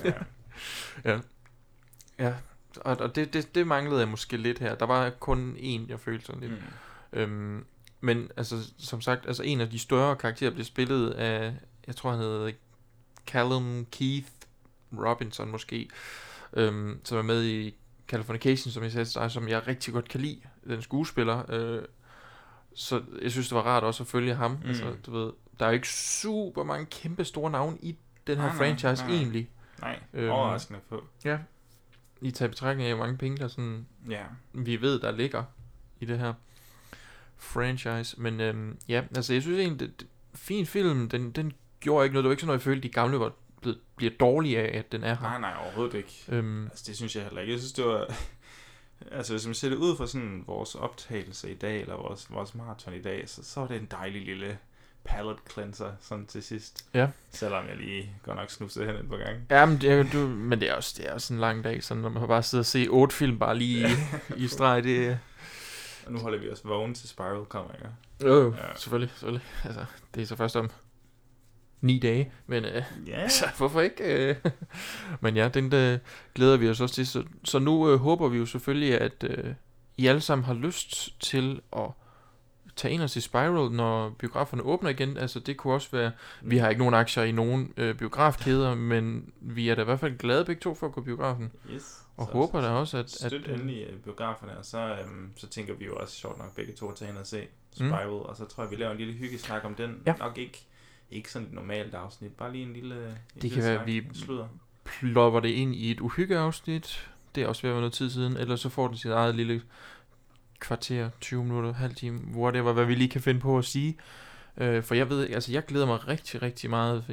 ja. Og det manglede jeg måske lidt her. Der var kun én, jeg følte sådan lidt. Men altså, som sagt, altså en af de større karakterer blev spillet af, jeg tror han hed Callum Keith Robinson måske, som er med i Californication, som jeg sagde, som jeg rigtig godt kan lide, den skuespiller. Så jeg synes, det var rart også at følge ham. Altså, du ved, der er jo ikke super mange kæmpe store navne i den her franchise egentlig. Nej, overraskende på. Ja, i tager betragtning af, hvor mange penge der sådan, vi ved, der ligger i det her franchise. Men altså jeg synes egentlig, det fin film, den gjorde ikke noget. Det var ikke sådan noget, jeg følte, de gamle bliver dårlige af, at den er her. Nej, overhovedet ikke. Altså det synes jeg heller ikke. Jeg synes, det var... Altså hvis man ser det ud fra sådan vores optagelse i dag, eller vores maraton i dag, så var det en dejlig lille palate cleanser sådan til sidst. Ja. Selvom jeg lige godt nok snusede hen et par gange. Ja, men det er også en lang dag, sådan når man bare sidder og se 8 film bare lige i streg. Det... Og nu holder vi os vågen til Spiral kommer, ikke? Jo, selvfølgelig. Altså, det er så først om 9 dage, men altså, hvorfor ikke? Men ja, den glæder vi os også til. Så nu håber vi jo selvfølgelig, at I alle sammen har lyst til at tage ind og se Spiral, når biograferne åbner igen. Altså det kunne også være, vi har ikke nogen aktier i nogen biografkæder, men vi er da i hvert fald glade begge to for at gå biografen. Yes. Og håber da også, at... Støt endelig biograferne, og så tænker vi jo også sjovt nok begge to at tage ind og se Spiral, og så tror jeg, vi laver en lille hyggesnak om den. Ja. Nok ikke sådan et normalt afsnit, bare lige en lille det kan være, at vi plopper det ind i et uhyggeafsnit. Det er også ved at være noget tid siden, eller så får den sit eget lille kvarter, 20 minutter, halv time, whatever, hvad vi lige kan finde på at sige. For jeg ved, altså jeg glæder mig rigtig, rigtig meget, for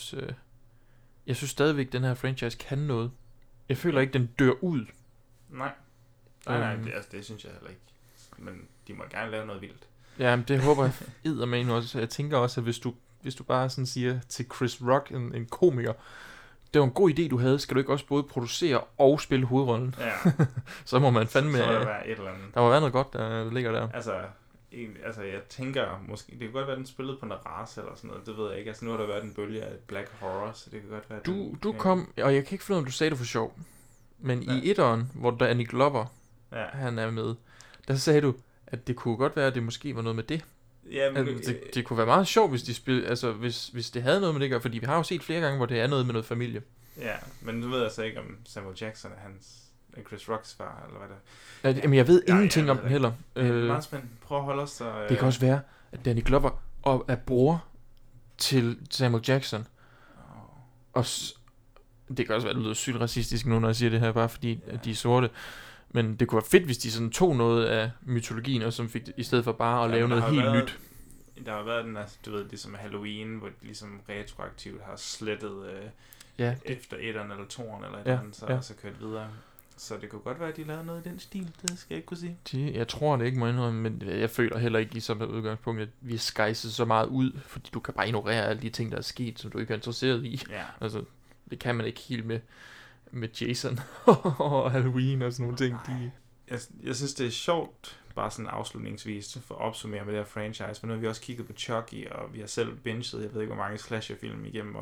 jeg synes stadigvæk, at den her franchise kan noget. Jeg føler ikke, den dør ud. Nej, det synes jeg heller ikke. Men de må gerne lave noget vildt. Ja, det håber jeg eddermame også. Jeg tænker også, at hvis du bare sådan siger til Chris Rock, en komiker, det var en god idé, du havde. Skal du ikke også både producere og spille hovedrollen? Ja. Så må man fandme... Så må der være et eller andet. Der må være noget godt, der ligger der. Altså, jeg tænker måske... Det kan godt være, den spillede på en race eller sådan noget. Det ved jeg ikke. Altså, nu har der været en bølge af black horror, så det kan godt være... Du kom... Og jeg kan ikke finde ud af, om du sagde det for sjov. Men i etteren, hvor der Danny Glover, han er med, der sagde du, at det kunne godt være, at det måske var noget med det. Ja, men det kunne være meget sjovt, hvis de spillede, altså hvis det havde noget med det at gøre, fordi vi har jo set flere gange, hvor det er noget med noget familie. Ja, men nu ved jeg så ikke, om Samuel Jackson er Chris Rocks far, eller hvad det er. Jamen, jeg ved ingenting om den heller. Meget spændende. Prøv at holde os så... Det kan også være, at Danny Glover er bror til Samuel Jackson. Og det kan også være, at det lyder sygt racistisk nu, når jeg siger det her, bare fordi at de er sorte. Men det kunne være fedt, hvis de sådan tog noget af mytologien, og som fik det, i stedet for bare at lave noget helt nyt. Der har været den, altså, du ved, ligesom Halloween, hvor de ligesom retroaktivt har slettet efter etteren eller toeren eller et eller andet, så kørt videre. Så det kunne godt være, at de lavede noget i den stil, det skal jeg ikke kunne sige. Jeg tror det ikke, må indrømme, men jeg føler heller ikke i som udgangspunkt, at vi skejser så meget ud, fordi du kan bare ignorere alle de ting, der er sket, som du ikke er interesseret i. Ja. Altså, det kan man ikke helt med Jason og Halloween og sådan nogle ting. Jeg synes, det er sjovt, bare sådan afslutningsvis, for at opsummere med det her franchise, for nu har vi også kigget på Chucky, og vi har selv binget, jeg ved ikke, hvor mange slasherfilm igennem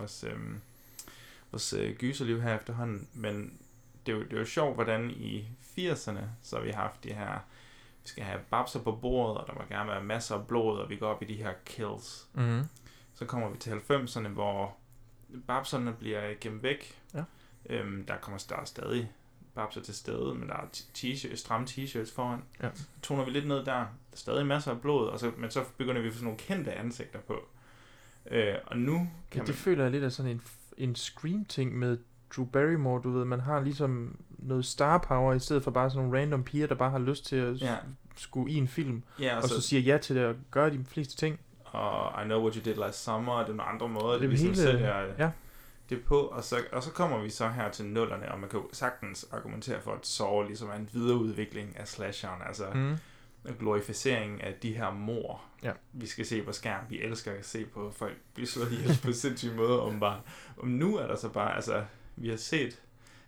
vores gyserliv her efterhånden, men det er jo sjovt, hvordan i 80'erne, så har vi haft de her, vi skal have babser på bordet, og der må gerne være masser af blod, og vi går op i de her kills. Mm-hmm. Så kommer vi til 90'erne, hvor babserne bliver gemt væk. Ja. Der er stadig babser til stede, men der er stramme t-shirts foran. Ja. Så toner vi lidt ned der. Der er stadig masser af blod, men så begynder vi at få sådan nogle kendte ansigter på. Og nu kan det føler jeg lidt af sådan en Scream-ting med Drew Barrymore, du ved. Man har ligesom noget star power, i stedet for bare sådan nogle random piger, der bare har lyst til at skulle i en film. Ja, og så siger ja til det og gøre de fleste ting. Og I Know What You Did Last Summer, og det er nogle andre måder, det ligesom sælger det på, og så kommer vi så her til nullerne, og man kan jo sagtens argumentere for, at Saw ligesom er en videreudvikling af slasheren, altså glorificering af de her mord, vi skal se på skærm. Vi elsker at se på folk blive slået ihjel på sindssyge måder. Om nu er der så bare, altså, vi har set...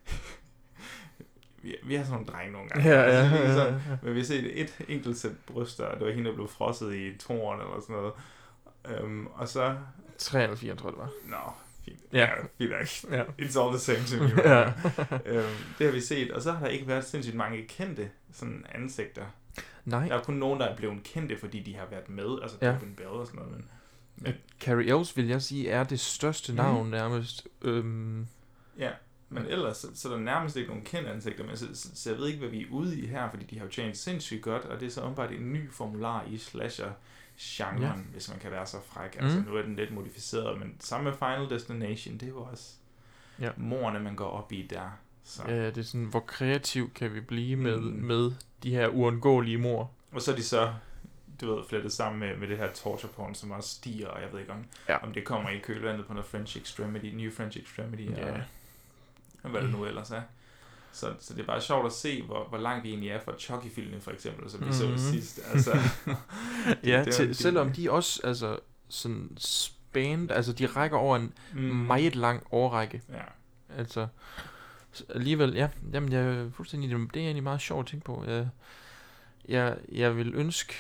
vi har sådan nogle drenge nogle gange. Ja. Men vi har set et enkelt sæt bryster, og det var hende, der blev frosset i toren eller sådan noget. Og så... 3 eller 4, tror jeg det var. Nå, fint. Ja. Fint. Ja. It's all the same to me. Ja. Det har vi set, og så har der ikke været sindssygt mange kendte sådan ansigter. Nej. Der er kun nogen, der er blevet kendte, fordi de har været med, altså Tobin Bell og sådan noget. Men Carrie Elves, vil jeg sige, er det største navn nærmest. Ja, men ellers så er der nærmest ikke nogen kendte ansigter, men så jeg ved ikke, hvad vi er ude i her, fordi de har jo tjent sindssygt godt, og det er så åbenbart en ny formular i slasher-genren, hvis man kan være så fræk. Altså nu er den lidt modificeret, men sammen med Final Destination, det er jo også mordene, man går op i der. Så. Ja, det er sådan, hvor kreativ kan vi blive med de her uundgåelige mord. Og så er de så, du ved, flettet sammen med det her torture porn, som også stiger, og jeg ved ikke om det kommer i kølvandet på noget French Extremity, New French Extremity, og hvad det nu ellers er. Så det er bare sjovt at se, hvor langt vi egentlig er fra Chucky-filmen, for eksempel, som vi så sidst. Altså, selvom de også, altså, sådan spanned, altså de rækker over en meget lang årrække. Ja. Altså, alligevel, jamen jeg er fuldstændig, det er egentlig meget sjovt at tænke på. Jeg vil ønske,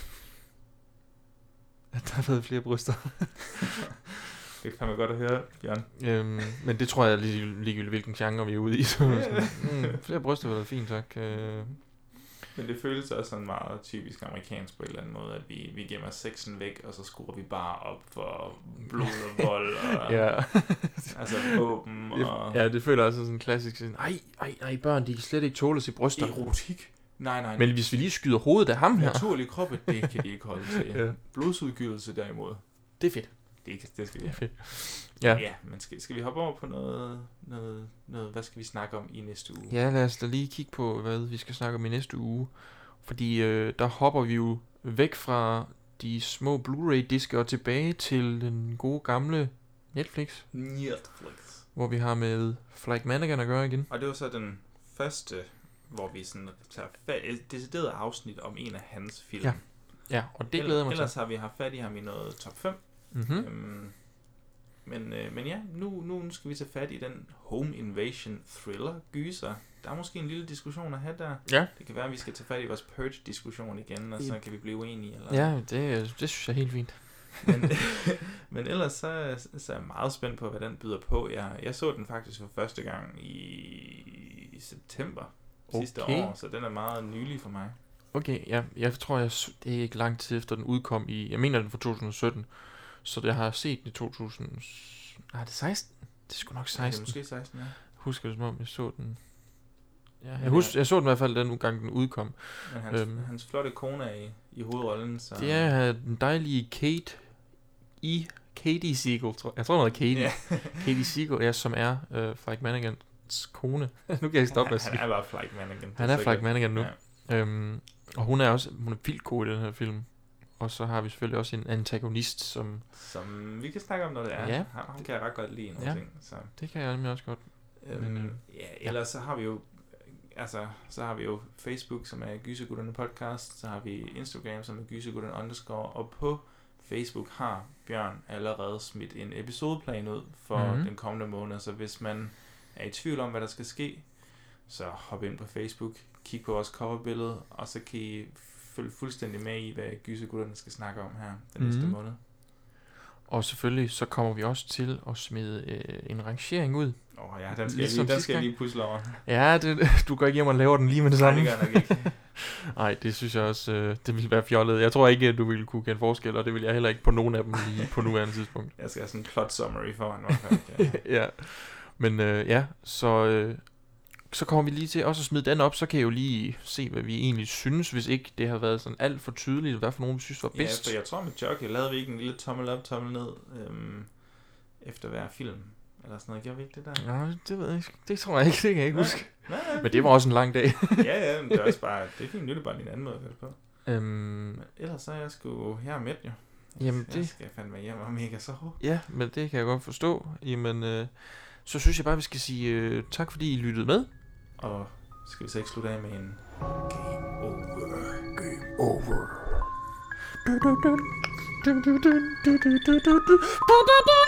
at der har været flere bryster. Det kan man godt at høre, Bjørn. Men det tror jeg er ligegyldigt, hvilken genre vi er ude i. Flere bryster vil være fint, tak. Men det føles også sådan meget typisk amerikansk på en eller anden måde, at vi gemmer sexen væk, og så skruer vi bare op for blod og vold, og altså våben. Og... Ja, det føler også sådan en klassisk sådan, ej, børn, de kan slet ikke tåle at se bryster. Erotik? Nej. Men hvis vi lige skyder hovedet af ham her. Naturlig kroppe, det kan de ikke holde til. Blodsudgivelse derimod. Det er fedt. Det skal vi have. Ja, men skal vi hoppe over på noget, hvad skal vi snakke om i næste uge? Ja, lad os da lige kigge på, hvad vi skal snakke om i næste uge. Fordi der hopper vi jo væk fra de små Blu-ray-disker og tilbage til den gode gamle Netflix. Hvor vi har med Flag Mannequin at gøre igen. Og det var så den første, hvor vi sådan tager et decideret afsnit om en af hans film. Ja, og det glæder mig til. Ellers har vi haft fat i ham i noget top 5. Men ja, nu skal vi tage fat i den Home Invasion thriller gyser. Der er måske en lille diskussion at have der. Ja. Det kan være, at vi skal tage fat i vores Purge-diskussion igen, og så kan vi blive uenige. Eller? Ja, det synes jeg er helt fint. Men ellers så er jeg meget spændt på, hvad den byder på. Jeg så den faktisk for første gang i september sidste år, så den er meget nylig for mig. Okay, ja, jeg tror, det er ikke lang tid efter den udkom jeg mener den fra 2017, så jeg har set den i 2000... Nej, det er 16? Det er sgu nok 16. Ja, det er måske 16, ja. Husker det som om, jeg så den... Ja, jeg så den i hvert fald den gang, den udkom. Men hans flotte kone er i hovedrollen, så... Det er den dejlige Katie Siegel, jeg tror, hun hedder Katie. Katie Siegel, som er Flag Mannekins kone. Nu kan jeg ikke stoppe med at sige. Han er bare Flag Mannequin. Han er Flag Mannequin nu. Ja. Og hun er vildt god i den her film. Og så har vi selvfølgelig også en antagonist, som vi kan snakke om, når det er. Ja. Ham kan jeg ret godt lide nogle ting. Så. Det kan jeg nemlig også godt. Ellers så har vi jo... Altså, så har vi jo Facebook, som er Gysergutterne podcast. Så har vi Instagram, som er Gysergutterne _ og på Facebook har Bjørn allerede smidt en episodeplan ud for den kommende måned. Så hvis man er i tvivl om, hvad der skal ske, så hop ind på Facebook, kig på vores coverbillede, og så kan I følge fuldstændig med i, hvad Gysergutterne skal snakke om her den næste måned. Og selvfølgelig så kommer vi også til at smide en rangering ud. Ja, den skal jeg lige pusle over. Ja, du går ikke hjem og laver den lige med det samme. Nej, det gør jeg nok ikke. Nej, det synes jeg også, det ville være fjollet. Jeg tror ikke, at du ville kunne kende forskel, og det vil jeg heller ikke på nogen af dem lige på nuværende tidspunkt. Jeg skal have sådan en plot summary foran i hvert fald. Ja, men så kommer vi lige til også at smide den op, så kan I jo lige se, hvad vi egentlig synes, hvis ikke det har været sådan alt for tydeligt, hvad for nogen vi synes var bedst. Ja, for jeg tror med Chucky lavede vi ikke en lille tommel op, tommel ned efter hver film. Eller sådan noget, gjorde vi ikke det der? Nej, det ved jeg ikke. Det tror jeg ikke, det kan jeg ikke huske. Nej, men det var også en lang dag. Ja, men det er også bare, det er fint, nu er det bare en anden måde at gøre det på. Men ellers så er jeg sgu her med jo. Jamen jeg skal fandme hjem og mega så hårdt. Ja, men det kan jeg godt forstå. Jamen, så synes jeg bare, vi skal sige tak, fordi I lyttede med. Og skal vi så ikke slutte af med en Game Over Game. over.